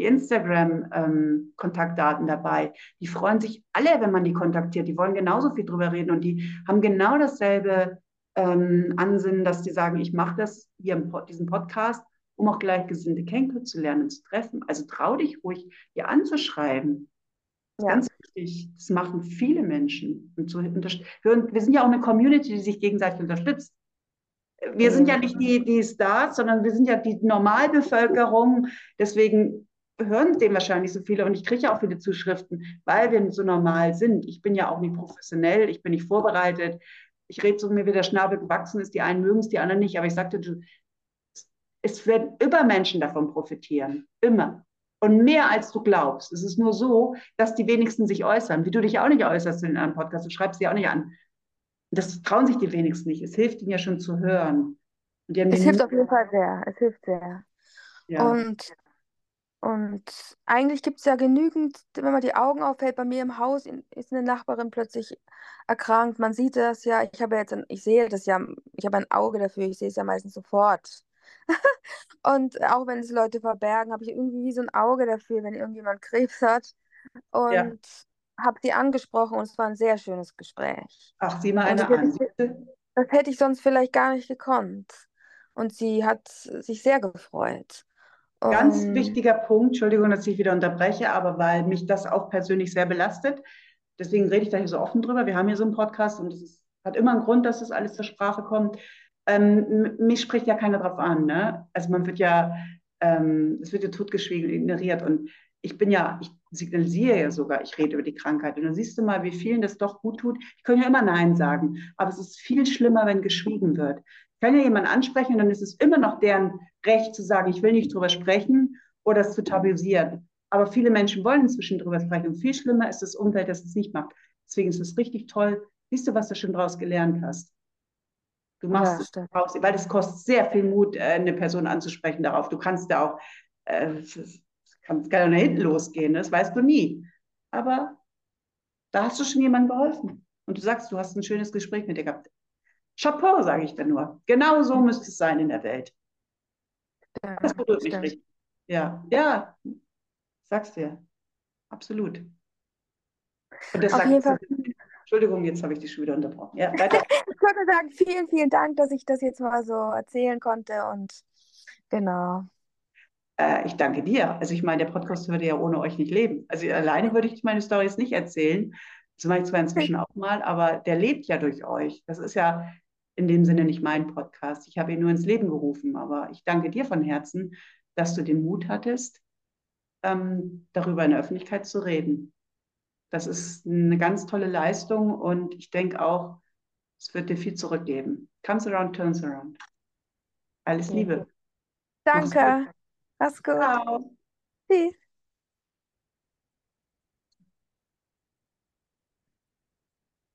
Instagram-Kontaktdaten dabei, die freuen sich alle, wenn man die kontaktiert. Die wollen genauso viel drüber reden und die haben genau dasselbe ähm, Ansinnen, dass die sagen, ich mache das hier im Pod, diesen Podcast, um auch Gleichgesinnte kennenzulernen und zu treffen. Also trau dich ruhig, ihr anzuschreiben. ja, Ganz wichtig, das machen viele Menschen. Und so wir, wir sind ja auch eine Community, die sich gegenseitig unterstützt. Wir sind ja eben. nicht die, die Stars, sondern wir sind ja die Normalbevölkerung. Deswegen hören dem wahrscheinlich so viele. Und ich kriege ja auch viele Zuschriften, weil wir so normal sind. Ich bin ja auch nicht professionell, ich bin nicht vorbereitet. Ich rede so, mir wie der Schnabel gewachsen ist. Die einen mögen es, die anderen nicht. Aber ich sagte, du, es werden immer Menschen davon profitieren. Immer. Und mehr als du glaubst. Es ist nur so, dass die wenigsten sich äußern. Wie du dich auch nicht äußerst in einem Podcast. Du schreibst sie auch nicht an. Das trauen sich die wenigsten nicht. Es hilft ihnen ja schon zu hören. Und die haben Es den hilft Mut. auf jeden Fall sehr. Es hilft sehr. Ja, Und, und eigentlich gibt es ja genügend, wenn man die Augen aufhält, bei mir im Haus in- ist eine Nachbarin plötzlich erkrankt. Man sieht das ja. Ich habe ja jetzt, ein, ich sehe das ja, ich habe ein Auge dafür, ich sehe es ja meistens sofort. Und auch wenn es Leute verbergen, habe ich irgendwie wie so ein Auge dafür, wenn irgendjemand Krebs hat. ja. Und habe sie angesprochen und es war ein sehr schönes Gespräch. Ach, sieh mal Und das eine hätte an. ich, Siehst du? das hätte ich sonst vielleicht gar nicht gekonnt. Und sie hat sich sehr gefreut. Ganz Und wichtiger Punkt, Entschuldigung, dass ich wieder unterbreche, aber weil mich das auch persönlich sehr belastet. Deswegen rede ich da hier so offen drüber. Wir haben hier so einen Podcast und es ist, hat immer einen Grund, dass das alles zur Sprache kommt. Ähm, mich spricht ja keiner drauf an. Ne? Also man wird ja, ähm, es wird ja totgeschwiegen, ignoriert. Und ich bin ja, ich signalisiere ja sogar, ich rede über die Krankheit. Und dann siehst du mal, wie vielen das doch gut tut. Ich kann ja immer Nein sagen, aber es ist viel schlimmer, wenn geschwiegen wird. Ich kann ja jemanden ansprechen und dann ist es immer noch deren Recht zu sagen, ich will nicht drüber sprechen oder es zu tabuisieren. Aber viele Menschen wollen inzwischen drüber sprechen. Und viel schlimmer ist das Umfeld, das es nicht macht. Deswegen ist es richtig toll. Siehst du, was du schon daraus gelernt hast? Du machst ja, es stimmt. raus, weil es kostet sehr viel Mut, äh, eine Person anzusprechen darauf. Du kannst da auch, äh, es kann, es kann nach hinten losgehen, das weißt du nie. Aber Da hast du schon jemandem geholfen. Und du sagst, du hast ein schönes Gespräch mit dir gehabt. Chapeau, sage ich dann nur. Genau so müsste es sein in der Welt. Das Stimmt, berührt mich stimmt. richtig. Ja, ja, sag's dir. Absolut. Und das Auf sagt, jeden Fall, Entschuldigung, jetzt habe ich dich schon wieder unterbrochen. Ja, weiter. ich würde sagen, vielen, vielen Dank, dass ich das jetzt mal so erzählen konnte und genau. Äh, ich danke dir. Also ich meine, der Podcast würde ja ohne euch nicht leben. Also alleine würde ich meine Storys nicht erzählen. Das mache ich zwar inzwischen auch mal, aber der lebt ja durch euch. Das ist ja in dem Sinne nicht mein Podcast. Ich habe ihn nur ins Leben gerufen. Aber ich danke dir von Herzen, dass du den Mut hattest, ähm, darüber in der Öffentlichkeit zu reden. Das ist eine ganz tolle Leistung und ich denke auch, es wird dir viel zurückgeben. Comes around, turns around. Alles Okay. Liebe. Mach's gut. Danke. Mach's gut. Ciao. Tschüss.